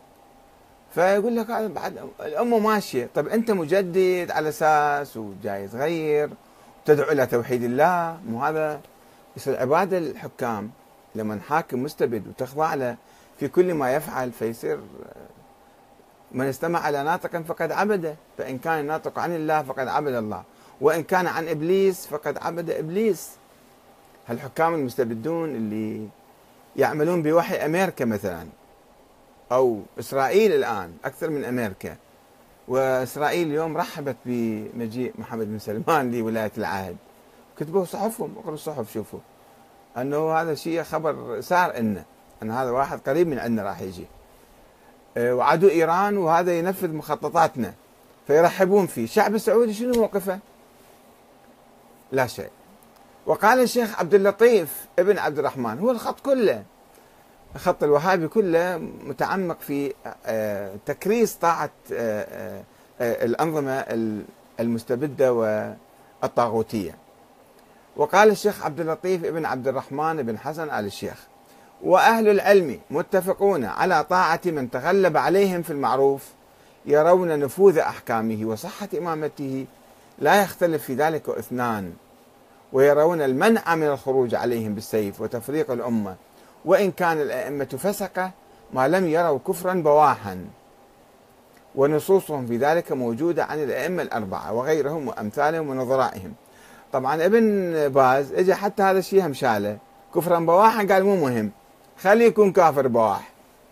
فيقول لك هذا بعد الأمة ماشية. طب أنت مجدد على أساس وجاي تغير وتدعو إلى توحيد الله، مو هذا يصير عبادة الحكام لما حاكم مستبد وتخضع له في كل ما يفعل، فيصير من استمع على ناطق فقد عبده، فإن كان ناطق عن الله فقد عبد الله، وإن كان عن إبليس فقد عبد إبليس. هالحكام المستبدون اللي يعملون بوحي أمريكا مثلا أو إسرائيل الآن أكثر من أمريكا، وإسرائيل اليوم رحبت بمجيء محمد بن سلمان لولاية العهد، كتبوا صحفهم، اقروا الصحف شوفوا أنه هذا شيء خبر سار أن هذا واحد قريب من عندنا راح يجي، وعدو إيران وهذا ينفذ مخططاتنا، فيرحبون فيه. الشعب السعودي شنو موقفه؟ لا شيء. وقال الشيخ عبد اللطيف ابن عبد الرحمن، هو الخط كله، خط الوهابي كله متعمق في تكريس طاعة الأنظمة المستبدة والطاغوتية. وقال الشيخ عبد اللطيف ابن عبد الرحمن بن حسن آل الشيخ: وأهل العلم متفقون على طاعة من تغلب عليهم في المعروف، يرون نفوذ أحكامه وصحة إمامته، لا يختلف في ذلك اثنان، ويرون المنع من الخروج عليهم بالسيف وتفريق الأمة، وإن كان الأئمة فسقة ما لم يروا كفرا بواحا، ونصوصهم في ذلك موجودة عن الأئمة الأربعة وغيرهم وأمثالهم ونظرائهم. طبعا ابن باز اجى حتى هذا الشيء هم شاله، كفرا بواحا قال مو مهم، خليه يكون كافر بواح.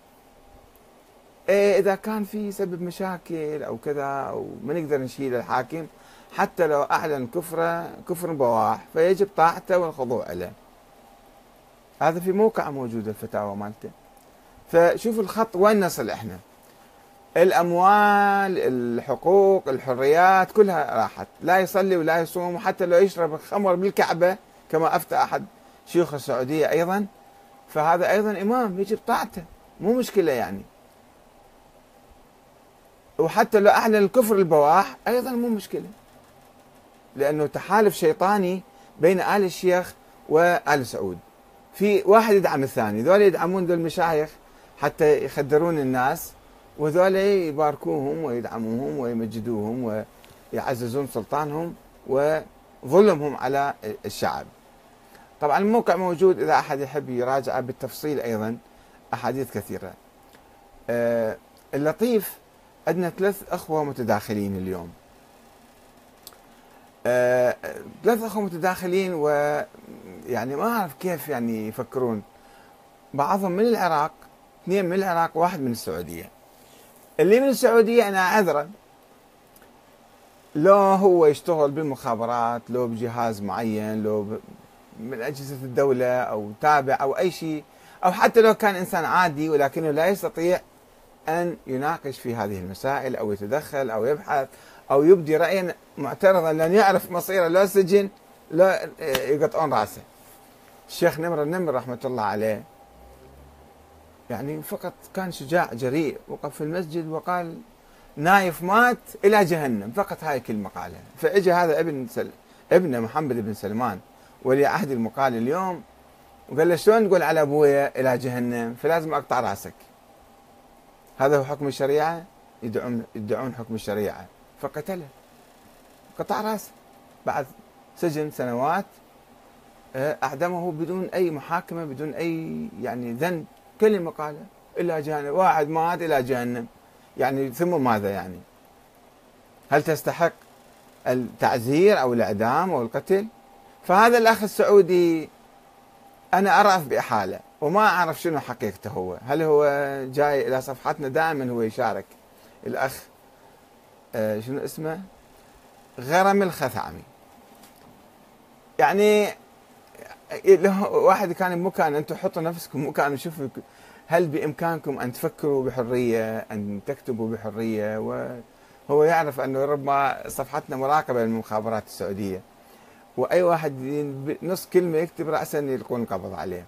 إذا كان في سبب مشاكل أو كذا أو ما نقدر نشيل الحاكم حتى لو أعلن كفر بواح، فيجب طاعته والخضوع له. هذا في موقع موجود الفتاوى مالته. فشوف الخط وين نصل احنا، الأموال، الحقوق، الحريات كلها راحت، لا يصلي ولا يصوم، وحتى لو يشرب الخمر بالكعبة كما أفتى أحد شيوخ السعودية أيضا، فهذا أيضا إمام يجب طاعته، مو مشكلة يعني. وحتى لو أعلن الكفر البواح أيضا مو مشكلة، لأنه تحالف شيطاني بين آل الشيخ وآل سعود، في واحد يدعم الثاني، ذول يدعمون ذول المشايخ حتى يخدرون الناس، وذول يباركوهم ويدعموهم ويمجدوهم ويعززون سلطانهم وظلمهم على الشعب. طبعا الموقع موجود إذا أحد يحب يراجعه بالتفصيل، أيضا أحاديث كثيرة. اللطيف عندنا 3 أخوة متداخلين اليوم، ثلاث أخوة متداخلين، ويعني ما أعرف كيف يعني يفكرون. بعضهم من العراق، اثنين من العراق، واحد من السعودية. اللي من السعودية أنا أعذره، لو هو يشتغل بالمخابرات، لو بجهاز معين، لو من أجهزة الدولة أو تابع أو أي شيء، أو حتى لو كان إنسان عادي ولكنه لا يستطيع أن يناقش في هذه المسائل أو يتدخل أو يبحث أو يبدي رأيا معترضا، لأن يعرف مصيره لا سجن لا يقطعون رأسه. الشيخ نمر النمر رحمة الله عليه يعني فقط كان شجاع جريء، وقف في المسجد وقال نايف مات إلى جهنم، فقط هاي كلمة قالها. فإجى هذا ابنه محمد بن سلمان ولي عهد المقال اليوم وقال له شلون تقول على أبويا إلى جهنم، فلازم أقطع رأسك. هذا هو حكم الشريعة، يدعون حكم الشريعة، فقتله، قطع رأسه بعد سجن سنوات، أعدمه بدون أي محاكمة، بدون أي يعني ذنب، كلمة قالها إلى جهنم، واحد مات إلى جهنم، يعني ثم ماذا يعني؟ هل تستحق التعزير أو الإعدام أو القتل؟ فهذا الأخ السعودي أنا أرأف بإحالة وما أعرف شنو حقيقته هو. هل هو جاي إلى صفحتنا؟ دائما هو يشارك الأخ شنو اسمه؟ غرم الخثعمي. يعني واحد كان بمكان، أنتم حطوا نفسكم مكان وشوفوا هل بإمكانكم أن تفكروا بحرية، أن تكتبوا بحرية؟ وهو يعرف أنه ربما صفحتنا مراقبة من المخابرات السعودية، وأي واحد نص كلمة يكتب رأسا يلقون القبض عليه.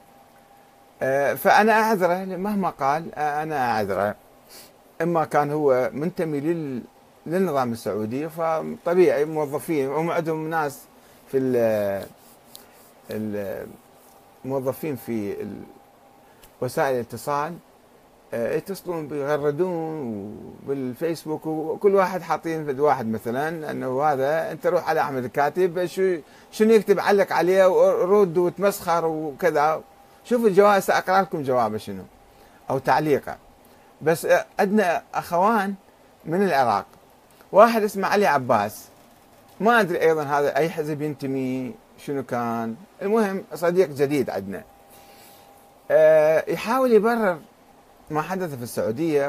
فأنا أعذره مهما قال، أنا أعذره. إما كان هو منتمي للنظام السعودي، فطبيعي موظفين، هم عندهم ناس في الموظفين في وسائل الاتصال يتصلون بيغردون بالفيسبوك، وكل واحد حاطين فد واحد مثلا انه هذا انت روح على احمد الكاتب شنو يكتب علق عليه ورد وتمسخر وكذا. شوفوا الجواب، ساقرا لكم جوابه شنو او تعليقه. بس عندنا اخوان من العراق، واحد اسمه علي عباس، ما ادري ايضا هذا اي حزب ينتمي، شنو كان، المهم صديق جديد عندنا، يحاول يبرر ما حدث في السعودية،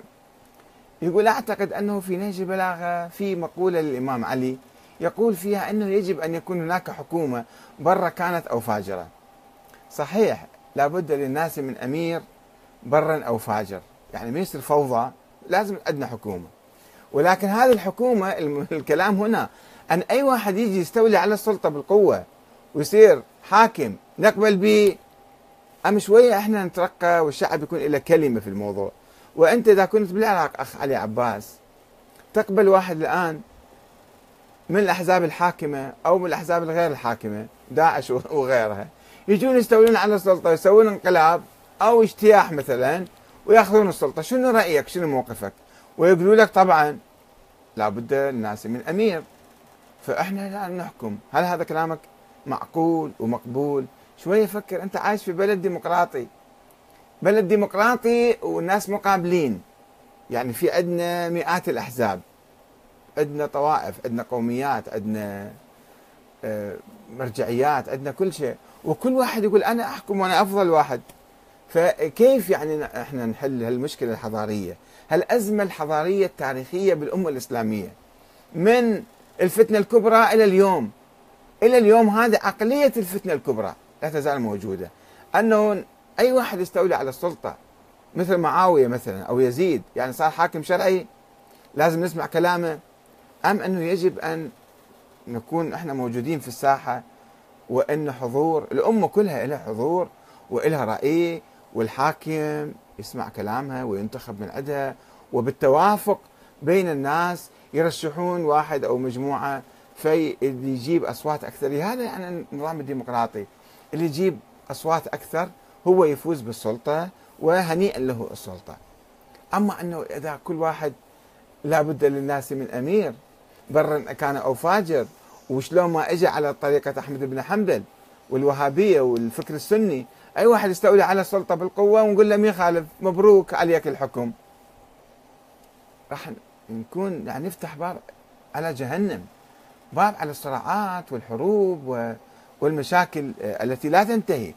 ويقول أعتقد أنه في نهج البلاغة في مقولة للإمام علي يقول فيها أنه يجب أن يكون هناك حكومة برة كانت أو فاجرة. صحيح، لابد للناس من أمير برا أو فاجر، يعني ما يصير فوضى، لازم عندنا حكومة. ولكن هذه الحكومة، الكلام هنا أن أي واحد يجي يستولي على السلطة بالقوة ويصير حاكم نقبل به، أم شوية احنا نترقى والشعب يكون له كلمة في الموضوع. وانت اذا كنت بالعراق اخ علي عباس، تقبل واحد الان من الاحزاب الحاكمة او من الاحزاب الغير الحاكمة، داعش وغيرها، يجون يستولون على السلطة، يسوون انقلاب او اجتياح مثلا وياخذون السلطة، شنو رأيك؟ شنو موقفك؟ ويقولوا لك طبعا لابد الناس من امير، فاحنا لا نحكم. هل هذا كلامك معقول ومقبول؟ شوية فكر، أنت عايش في بلد ديمقراطي، بلد ديمقراطي والناس مقابلين، يعني في عندنا مئات الأحزاب، عندنا طوائف، عندنا قوميات، عندنا مرجعيات، عندنا كل شيء، وكل واحد يقول أنا أحكم وأنا أفضل واحد. فكيف يعني احنا نحل هالمشكلة الحضارية، هالأزمة الحضارية التاريخية بالأمة الإسلامية من الفتنة الكبرى إلى اليوم؟ إلى اليوم هذه عقلية الفتنة الكبرى لا تزال موجودة، أنه أي واحد يستولي على السلطة مثل معاوية مثلا أو يزيد، يعني صار حاكم شرعي لازم نسمع كلامه، أم أنه يجب أن نكون إحنا موجودين في الساحة، وأن حضور الأمة كلها لها حضور وإلها رأي، والحاكم يسمع كلامها وينتخب من عندها، وبالتوافق بين الناس يرشحون واحد أو مجموعة في اللي يجيب أصوات أكثر. هذا يعني النظام الديمقراطي، اللي يجيب أصوات أكثر هو يفوز بالسلطة وهنيئا له السلطة. أما أنه إذا كل واحد لابد للناس من أمير برا كان أو فاجر، وشلون ما إجى على طريقة أحمد بن حنبل والوهابية والفكر السني، أي واحد يستولي على السلطة بالقوة ونقول له مين خالف، مبروك عليك الحكم، راح نكون يعني نفتح باب على جهنم. باب على الصراعات والحروب والمشاكل التي لا تنتهي.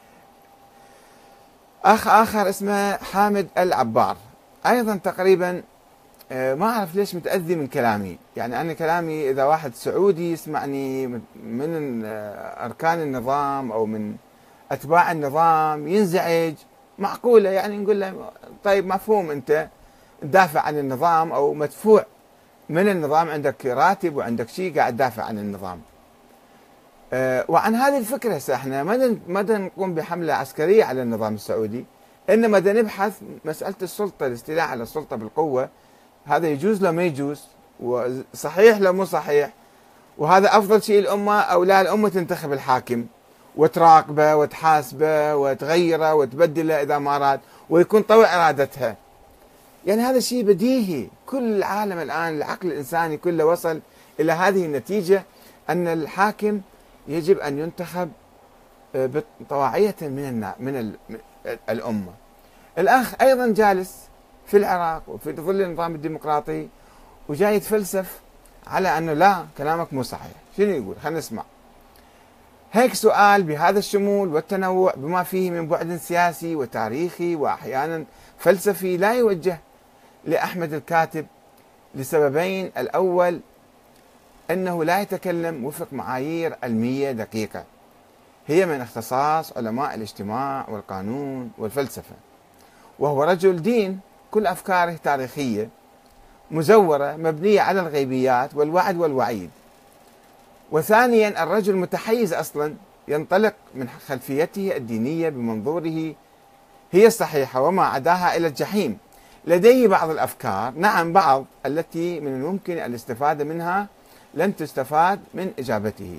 أخ آخر اسمه حامد العبار، أيضا تقريبا ما أعرف ليش متأذي من كلامي. يعني أنا كلامي إذا واحد سعودي يسمعني من أركان النظام أو من أتباع النظام ينزعج، معقولة يعني نقول له طيب مفهوم، أنت تدافع عن النظام أو مدفوع من النظام، عندك راتب وعندك شيء قاعد تدافع عن النظام. وعن هذه الفكرة هسه احنا ما نقوم بحملة عسكرية على النظام السعودي، إنما نبحث مسألة السلطة، الاستيلاء على السلطة بالقوة، هذا يجوز لو ما يجوز، وصحيح لو مو صحيح، وهذا أفضل شيء الأمة أو لا الأمة تنتخب الحاكم وتراقبه وتحاسبه وتغيره وتبدله إذا ما أراد ويكون طوع إرادتها. يعني هذا شيء بديهي، كل العالم الآن العقل الإنساني كله وصل إلى هذه النتيجة، أن الحاكم يجب أن ينتخب طواعية من الأمة. الأخ أيضا جالس في العراق وفي ظل النظام الديمقراطي وجاي يتفلسف على أنه لا كلامك مو صحيح. شنو يقول؟ خلينا نسمع. هيك سؤال بهذا الشمول والتنوع بما فيه من بعد سياسي وتاريخي وأحيانا فلسفي لا يوجه لأحمد الكاتب لسببين: الأول أنه لا يتكلم وفق معايير علمية دقيقة هي من اختصاص علماء الاجتماع والقانون والفلسفة، وهو رجل دين كل أفكاره تاريخية مزورة مبنية على الغيبيات والوعد والوعيد. وثانيا الرجل متحيز أصلا، ينطلق من خلفيته الدينية بمنظوره هي الصحيحة وما عداها إلى الجحيم. لديه بعض الأفكار، نعم بعض، التي من الممكن الاستفادة منها لن تستفاد من إجابته.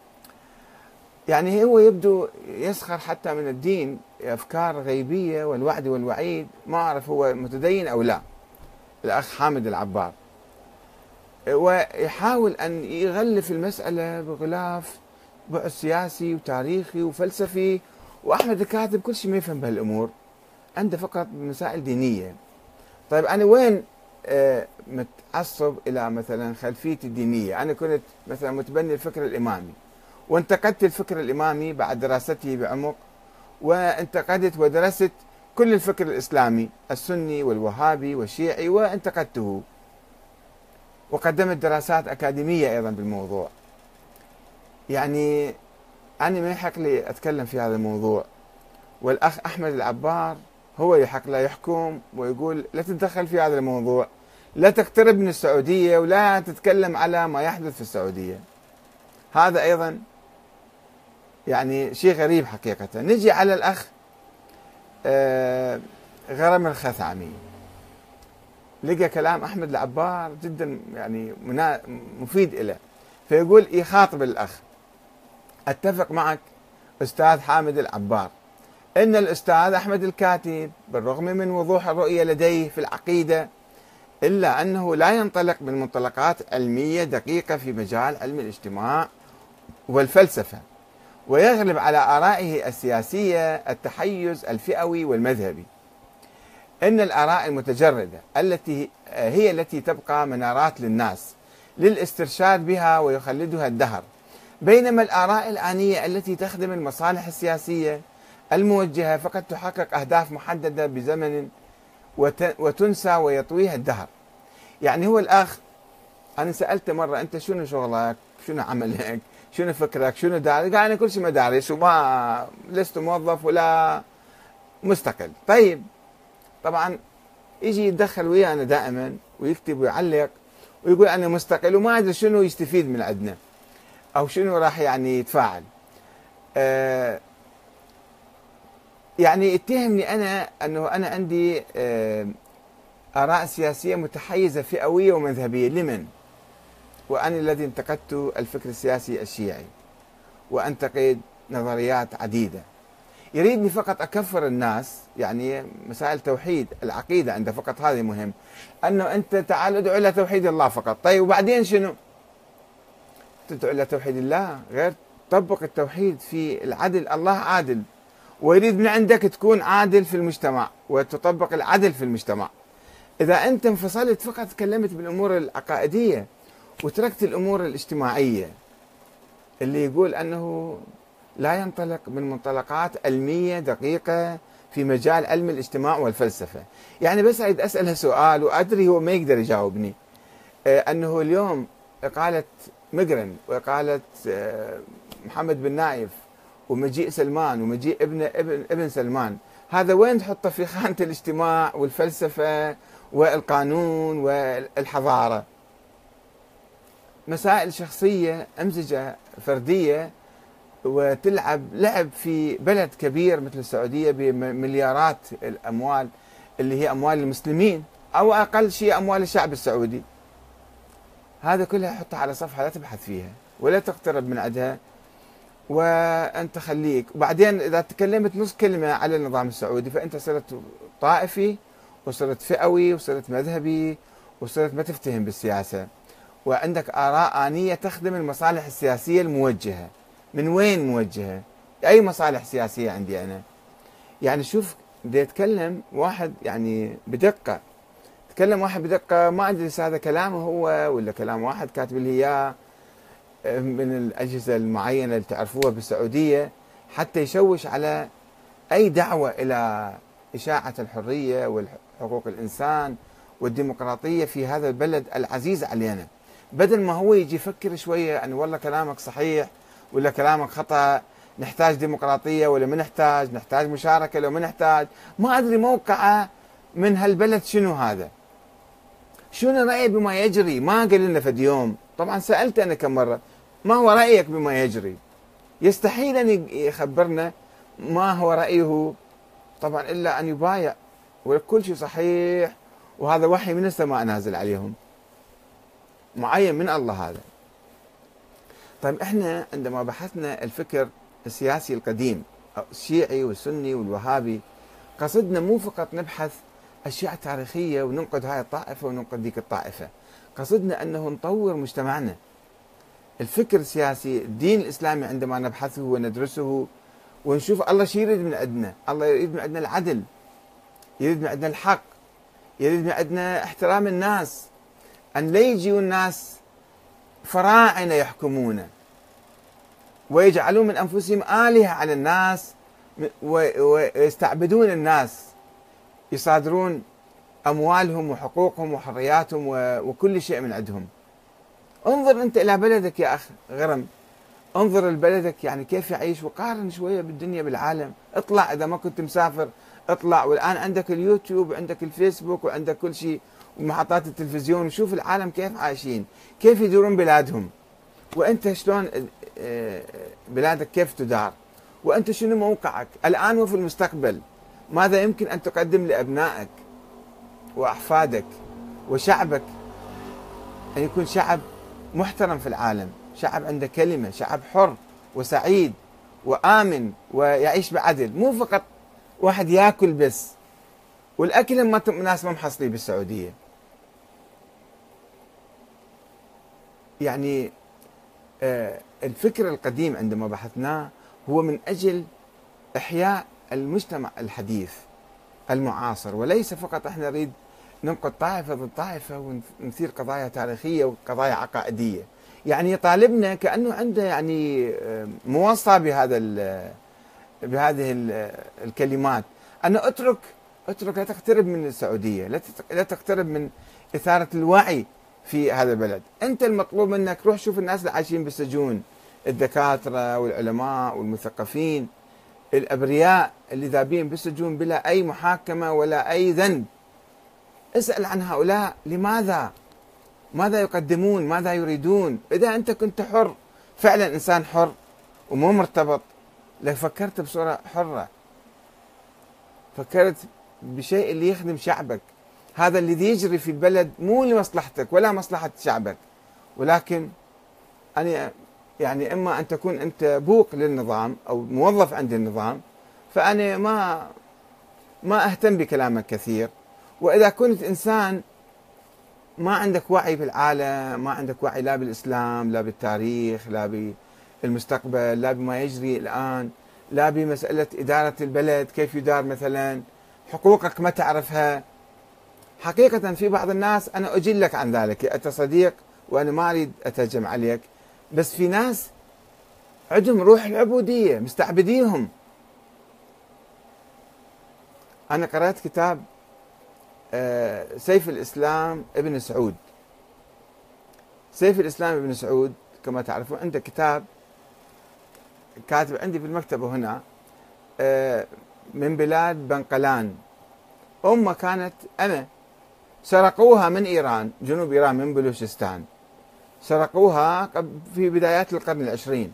يعني هو يبدو يسخر حتى من الدين، أفكار غيبية والوعد والوعيد، ما أعرف هو متدين أو لا الأخ حامد العبار، ويحاول أن يغلف المسألة بغلاف بعد سياسي وتاريخي وفلسفي، وأحمد الكاتب كل شيء ما يفهم بهالأمور، عنده فقط مسائل دينية. طيب أنا وين متعصب إلى مثلا خلفيتي الدينية؟ أنا كنت مثلا متبني الفكر الإمامي وانتقدت الفكر الإمامي بعد دراسته بعمق، وانتقدت ودرست كل الفكر الإسلامي السني والوهابي والشيعي وانتقدته، وقدمت دراسات أكاديمية أيضا بالموضوع. يعني أنا ما يحق لي أتكلم في هذا الموضوع، والأخ أحمد العبار هو يحق له يحكم ويقول لا تتدخل في هذا الموضوع، لا تقترب من السعودية ولا تتكلم على ما يحدث في السعودية. هذا أيضا يعني شيء غريب حقيقة. نجي على الأخ غرم الخثعمي، لقى كلام أحمد العبار جدا يعني مفيد له، فيقول يخاطب الأخ: أتفق معك أستاذ حامد العبار إن الأستاذ أحمد الكاتب بالرغم من وضوح الرؤية لديه في العقيدة إلا أنه لا ينطلق من منطلقات علمية دقيقة في مجال علم الاجتماع والفلسفة، ويغلب على آرائه السياسية التحيز الفئوي والمذهبي. إن الآراء المتجردة هي التي تبقى منارات للناس للاسترشاد بها ويخلدها الدهر، بينما الآراء الآنية التي تخدم المصالح السياسية الموجهة فقط تحقق أهداف محددة بزمن وتنسى ويطويها الدهر. يعني هو الأخ أنا سألته مرة: أنت شنو شغلك؟ شنو عملك؟ شنو فكرك؟ شنو دارس؟ قال: أنا كل شيء مدارس وما لست موظف ولا مستقل. طيب طبعا يجي يتدخل ويانا دائما ويكتب ويعلق ويقول أنا مستقل وما أدري شنو يستفيد من عندنا أو شنو راح يعني يتفاعل. يعني اتهمني أنا أنه أنا عندي آراء سياسية متحيزة فئوية ومذهبية. لمن؟ وأنا الذي انتقدت الفكر السياسي الشيعي وأنتقد نظريات عديدة. يريدني فقط أكفر الناس، يعني مسائل توحيد العقيدة عنده فقط، هذا مهم، أنه أنت تعال ادعو إلى توحيد الله فقط. طيب وبعدين شنو؟ تدعو إلى توحيد الله غير طبق التوحيد في العدل. الله عادل ويريد من عندك تكون عادل في المجتمع وتطبق العدل في المجتمع. إذا أنت انفصلت فقط تكلمت بالأمور العقائدية وتركت الأمور الاجتماعية اللي يقول أنه لا ينطلق من منطلقات علمية دقيقة في مجال علم الاجتماع والفلسفة. يعني بس أريد أسأله سؤال وأدري هو ما يقدر يجاوبني، أنه اليوم إقالة مقرن وإقالة محمد بن نايف ومجيء سلمان ومجيء ابن سلمان، هذا وين تحطه في خانة الاجتماع والفلسفة والقانون والحضارة؟ مسائل شخصية أمزجة فردية، وتلعب لعب في بلد كبير مثل السعودية بمليارات الأموال اللي هي أموال المسلمين أو أقل شيء أموال الشعب السعودي. هذا كلها حطها على صفحة لا تبحث فيها ولا تقترب من عندها، وأنت خليك. وبعدين إذا تكلمت نص كلمة على النظام السعودي فأنت صرت طائفي وصرت فئوي وصرت مذهبي وصرت ما تفتهم بالسياسة، وعندك آراء آنية تخدم المصالح السياسية الموجهة. من وين موجهة؟ أي مصالح سياسية عندي أنا؟ يعني شوف، بدي أتكلم واحد يعني بدقة، تكلم واحد بدقة، ما أدري هذا كلامه هو ولا كلام واحد كاتب لي إياه من الأجهزة المعينة اللي تعرفوها بالسعودية حتى يشوش على أي دعوة إلى إشاعة الحرية والحقوق الإنسان والديمقراطية في هذا البلد العزيز علينا، بدل ما هو يجي يفكر شوية أن والله كلامك صحيح ولا كلامك خطأ، نحتاج ديمقراطية ولا ما نحتاج، نحتاج مشاركة لو ما نحتاج. ما أدري موقعه من هالبلد شنو هذا، شنو رأيه بما يجري. ما قال لنا فد يوم، طبعا سألت أنا كم مرة ما هو رأيك بما يجري، يستحيل أن يخبرنا ما هو رأيه طبعا إلا أن يبايع وكل شيء صحيح، وهذا وحي من السماء نازل عليهم معين من الله هذا. طيب احنا عندما بحثنا الفكر السياسي القديم الشيعي والسني والوهابي، قصدنا مو فقط نبحث أشياء تاريخية وننقد هاي الطائفة وننقد ذيك الطائفة، قصدنا أنه نطور مجتمعنا. الفكر السياسي الدين الإسلامي عندما نبحثه وندرسه ونشوف الله شو يريد من عندنا، الله يريد من عندنا العدل، يريد من عندنا الحق، يريد من عندنا احترام الناس، أن لا يجيوا الناس فراعنة يحكمون ويجعلون من أنفسهم آلهة على الناس ويستعبدون الناس، يصادرون أموالهم وحقوقهم وحرياتهم وكل شيء من عندهم. انظر أنت إلى بلدك يا أخ غرم، انظر لبلدك يعني كيف يعيش وقارن شوية بالدنيا بالعالم. اطلع إذا ما كنت مسافر اطلع، والآن عندك اليوتيوب وعندك الفيسبوك وعندك كل شيء ومحطات التلفزيون، وشوف العالم كيف عايشين، كيف يدورون بلادهم، وأنت شلون بلادك كيف تدار، وأنت شنو موقعك الآن وفي المستقبل، ماذا يمكن أن تقدم لأبنائك وأحفادك وشعبك، أن يكون شعب محترم في العالم، شعب عنده كلمة، شعب حر وسعيد وآمن ويعيش بعدل، مو فقط واحد ياكل بس، والأكل ما ناس ما محصلين بالسعودية. يعني الفكر القديم عندما بحثناه هو من أجل إحياء المجتمع الحديث المعاصر، وليس فقط احنا نريد ننقد طائفة ضد طائفة ونثير قضايا تاريخية وقضايا عقائدية. يعني يطالبنا كأنه عنده يعني موصى بهذه الكلمات، أنه اترك لا تقترب من السعودية، لا تقترب من إثارة الوعي في هذا البلد. أنت المطلوب منك روح شوف الناس اللي عايشين بالسجون، الدكاترة والعلماء والمثقفين الأبرياء اللي ذابين بالسجون بلا أي محاكمة ولا أي ذنب. اسأل عن هؤلاء، لماذا؟ ماذا يقدمون؟ ماذا يريدون؟ إذا أنت كنت حر فعلا، إنسان حر ومو مرتبط، لفكرت بصورة حرة، فكرت بشيء اللي يخدم شعبك، هذا الذي يجري في البلد مو لمصلحتك ولا مصلحة شعبك، ولكن أنا يعني إما أن تكون أنت بوق للنظام أو موظف عند النظام، فأنا ما أهتم بكلامك كثير. وإذا كنت إنسان ما عندك وعي بالعالم، ما عندك وعي لا بالإسلام لا بالتاريخ لا بالمستقبل لا بما يجري الآن لا بمسألة إدارة البلد كيف يدار مثلا، حقوقك ما تعرفها. حقيقة في بعض الناس أنا أجلك عن ذلك، أنت صديق وأنا ما أريد أتهجم عليك، بس في ناس عندهم روح العبودية مستعبديهم. أنا قرأت كتاب سيف الإسلام ابن سعود. سيف الإسلام ابن سعود كما تعرفون عنده كتاب كاتب عندي في المكتبة هنا، من بلاد بنقلان. أمه كانت أنا سرقوها من إيران، جنوب إيران من بلوشستان، سرقوها في بدايات القرن العشرين،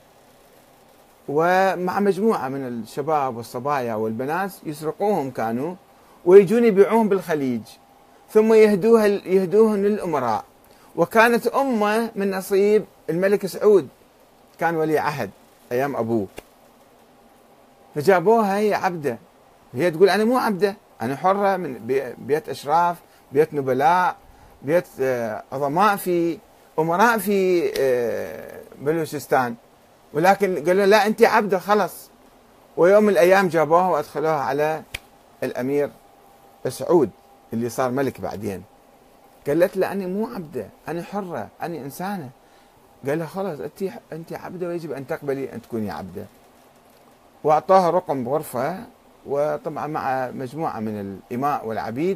ومع مجموعة من الشباب والصبايا والبنات يسرقوهم كانوا ويجون يبيعوهم بالخليج، ثم يهدوهن للأمراء. وكانت أمه من نصيب الملك سعود، كان ولي عهد أيام أبوه، فجابوها هي عبدة. هي تقول أنا مو عبدة، أنا حرة من بيت أشراف، بيت نبلاء، بيت عظماء، في أمراء في بلوشستان، ولكن قالوا لا أنت عبدة خلص. ويوم من الأيام جابوها وأدخلوها على الأمير سعود اللي صار ملك بعدين. قالت له أنا مو عبدة، أنا حرة، أنا إنسانة. قال لها خلاص أنت عبدة ويجب أن تقبلي أن تكوني عبدة. وأعطاها رقم بغرفة، وطبعا مع مجموعة من الإماء والعبيد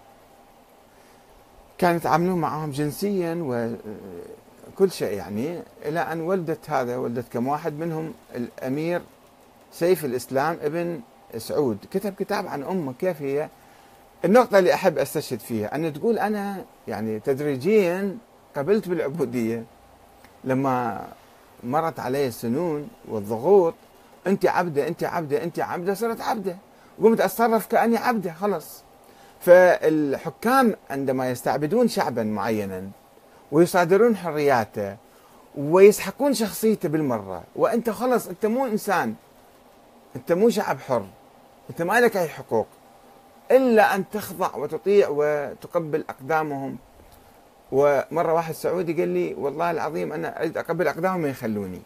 كانوا يتعاملون معهم جنسيا وكل شيء يعني، إلى أن ولدت كم واحد منهم الأمير سيف الإسلام ابن سعود. كتب كتاب عن أمه كيف هي. النقطة اللي أحب أستشهد فيها أن تقول أنا يعني تدريجيا قبلت بالعبودية، لما مرت علي السنون والضغوط، أنت عبدة أنت عبدة أنت عبدة، صرت عبدة، قمت أتصرف كأني عبدة خلص. فالحكام عندما يستعبدون شعبا معينا ويصادرون حرياته ويسحقون شخصيته بالمرة، وأنت خلص أنت مو إنسان، أنت مو شعب حر، أنت ما لك أي حقوق إلا أن تخضع وتطيع وتقبل أقدامهم. ومرة واحد سعودي قال لي والله العظيم أنا أريد أقبل أقدامهم ما يخلوني،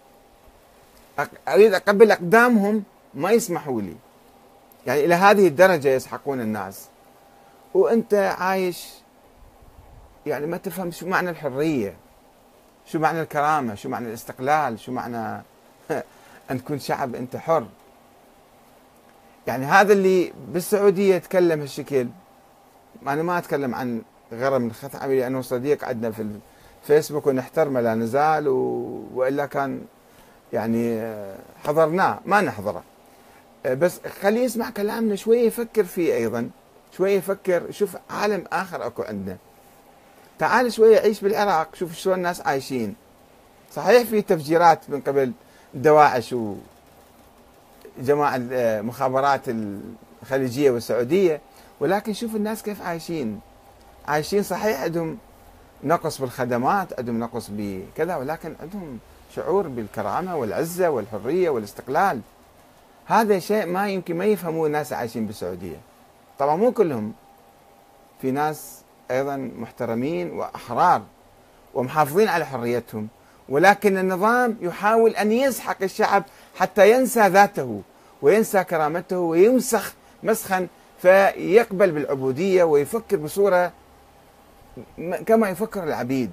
أريد أقبل أقدامهم ما يسمحوا لي. يعني إلى هذه الدرجة يسحقون الناس، وأنت عايش يعني ما تفهم شو معنى الحرية، شو معنى الكرامة، شو معنى الاستقلال، شو معنى أن تكون شعب أنت حر. يعني هذا اللي بالسعودية يتكلم هالشكل. أنا ما أتكلم عن غرم الخثعمي لأنه صديق عندنا في الفيسبوك ونحترمه لا نزال، وإلا كان يعني حضرناه، ما نحضره، بس خليه يسمع كلامنا شوية، يفكر فيه أيضا شوية، يفكر شوف عالم آخر أكو عندنا. تعال شوية عيش بالعراق، شوف شلون الناس عايشين. صحيح في تفجيرات من قبل دواعش وجماعة المخابرات الخليجية والسعودية، ولكن شوف الناس كيف عايشين. صحيح عندهم نقص بالخدمات، عندهم نقص بكذا، ولكن عندهم شعور بالكرامة والعزة والحرية والاستقلال. هذا شيء ما يمكن ما يفهموه الناس عايشين بالسعودية. طبعا مو كلهم، في ناس أيضا محترمين وأحرار ومحافظين على حريتهم، ولكن النظام يحاول أن يسحق الشعب حتى ينسى ذاته وينسى كرامته ويمسخ مسخا، فيقبل بالعبودية ويفكر بصورة كما يفكر العبيد.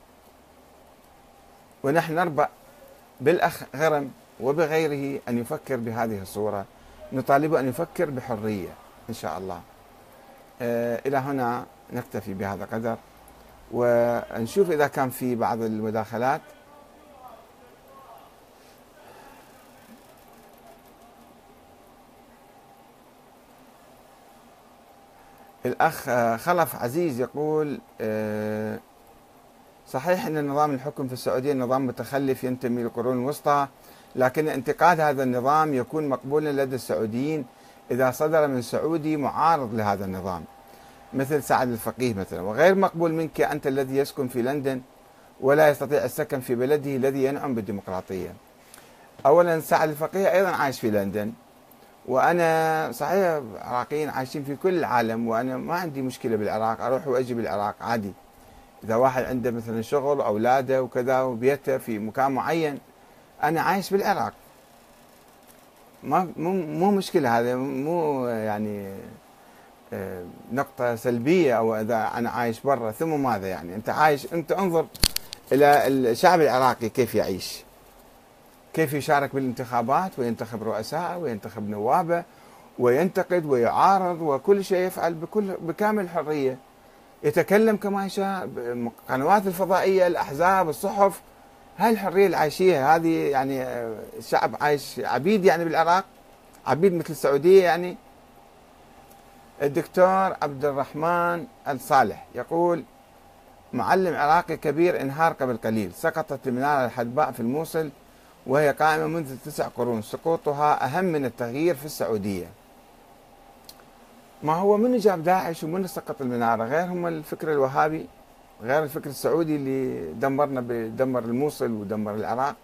ونحن نربأ بالأخ غرم وبغيره أن يفكر بهذه الصورة، نطالبه أن يفكر بحرية إن شاء الله. إلى هنا نكتفي بهذا القدر، ونشوف إذا كان في بعض المداخلات. الأخ خلف عزيز يقول صحيح أن نظام الحكم في السعودية نظام متخلف ينتمي للقرون الوسطى، لكن انتقاد هذا النظام يكون مقبولا لدى السعوديين إذا صدر من سعودي معارض لهذا النظام مثل سعد الفقيه مثلا، وغير مقبول منك أنت الذي يسكن في لندن ولا يستطيع السكن في بلده الذي ينعم بالديمقراطية. أولا سعد الفقيه أيضا عايش في لندن، وأنا صحيح عراقيين عايشين في كل العالم، وأنا ما عندي مشكلة بالعراق، أروح وأجي بالعراق عادي. إذا واحد عنده مثلا شغل أولاده وكذا وبيته في مكان معين، أنا عايش بالعراق، مو مشكلة. هذا مو يعني نقطة سلبية، أو إذا أنا عايش برا ثم ماذا يعني؟ أنت عايش، أنت انظر إلى الشعب العراقي كيف يعيش، كيف يشارك بالانتخابات وينتخب رؤساء وينتخب نوابه وينتقد ويعارض وكل شيء يفعل بكامل حرية، يتكلم كما يشاء، القنوات الفضائية، الأحزاب، الصحف. هاي الحرية اللي عايشيها هذه، يعني الشعب عايش عبيد يعني بالعراق، عبيد مثل السعودية يعني. الدكتور عبد الرحمن الصالح يقول: معلم عراقي كبير انهار قبل قليل، سقطت المنارة الحدباء في الموصل وهي قائمة منذ 9 قرون، سقوطها أهم من التغيير في السعودية. ما هو من جاب داعش ومن سقط المنارة؟ غير هم الفكر الوهابي، غير الفكر السعودي اللي دمر الموصل ودمر العراق.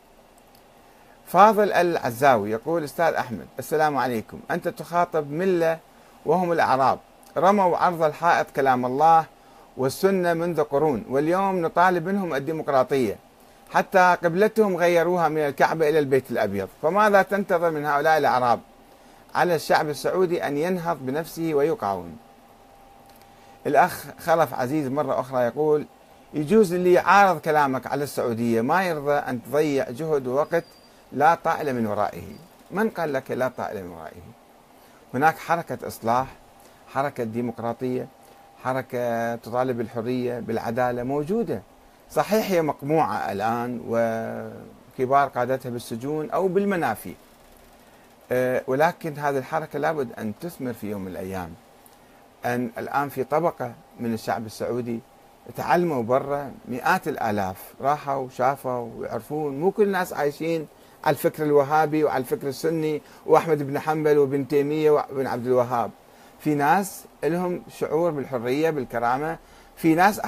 فاضل العزاوي يقول: أستاذ أحمد، السلام عليكم، أنت تخاطب ملة وهم الأعراب، رموا عرض الحائط كلام الله والسنة منذ قرون، واليوم نطالب منهم الديمقراطية، حتى قبلتهم غيروها من الكعبة إلى البيت الأبيض، فماذا تنتظر من هؤلاء الأعراب؟ على الشعب السعودي أن ينهض بنفسه ويقاوم. الأخ خلف عزيز مرة أخرى يقول: يجوز اللي يعارض كلامك على السعودية ما يرضى أن تضيع جهد ووقت لا طائل من ورائه. من قال لك لا طائل من ورائه؟ هناك حركة إصلاح، حركة ديمقراطية، حركة تطالب بالحرية بالعدالة موجودة، صحيح هي مقموعة الآن وكبار قادتها بالسجون أو بالمنافي، ولكن هذه الحركة لابد أن تثمر في يوم من الأيام. أن الآن في طبقة من الشعب السعودي تعلموا برا، مئات الآلاف راحوا وشافوا ويعرفون، مو كل الناس عايشين على الفكر الوهابي وعلى الفكر السني وأحمد بن حنبل وابن تيمية وابن عبد الوهاب. في ناس لهم شعور بالحرية بالكرامة، في ناس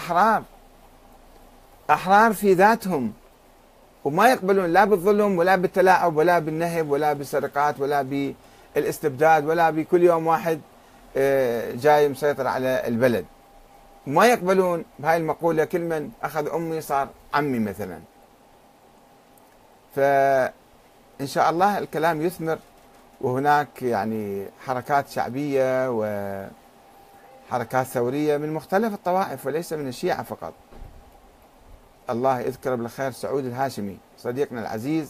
أحرار في ذاتهم، وما يقبلون لا بالظلم ولا بالتلاعب ولا بالنهب ولا بالسرقات ولا بالاستبداد ولا بكل يوم واحد جاي مسيطر على البلد. ما يقبلون بهاي المقولة: كل من أخذ أمي صار عمي مثلا. فإن شاء الله الكلام يثمر، وهناك يعني حركات شعبية وحركات ثورية من مختلف الطوائف وليس من الشيعة فقط. الله يذكره بالخير سعود الهاشمي صديقنا العزيز،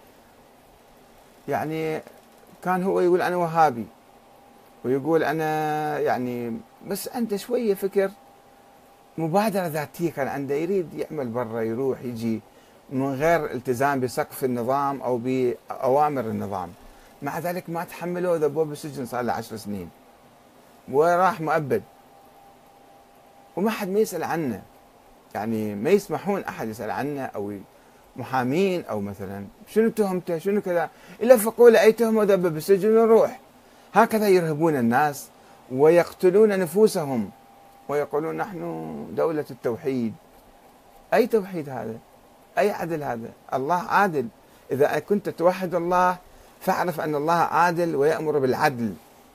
يعني كان هو يقول أنا وهابي، ويقول أنا يعني بس عنده شوية فكر مبادرة ذاتية كان عنده، يريد يعمل برا، يروح يجي من غير التزام بسقف النظام أو بأوامر النظام. مع ذلك ما تحملوه، ذبوه بالسجن صار له 10 سنين وراح مؤبد، وما حد ما يسأل عنه، يعني ما يسمحون أحد يسأل عنه أو محامين أو مثلا شنو تهمته شنو كذا، إلا فقوا له أي تهمة ذبه بالسجن وروح. هكذا يرهبون الناس ويقتلون نفوسهم ويقولون نحن دولة التوحيد. أي توحيد هذا؟ أي عدل هذا؟ الله عادل، إذا كنت توحد الله فاعرف أن الله عادل ويأمر بالعدل،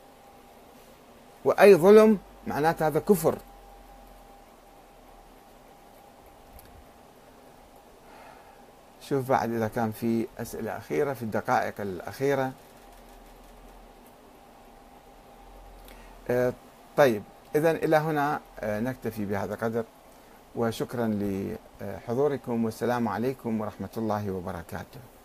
وأي ظلم معناته هذا كفر. شوف بعد إذا كان في أسئلة أخيرة في الدقائق الأخيرة. طيب، إذن إلى هنا نكتفي بهذا القدر، وشكرا لحضوركم، والسلام عليكم ورحمة الله وبركاته.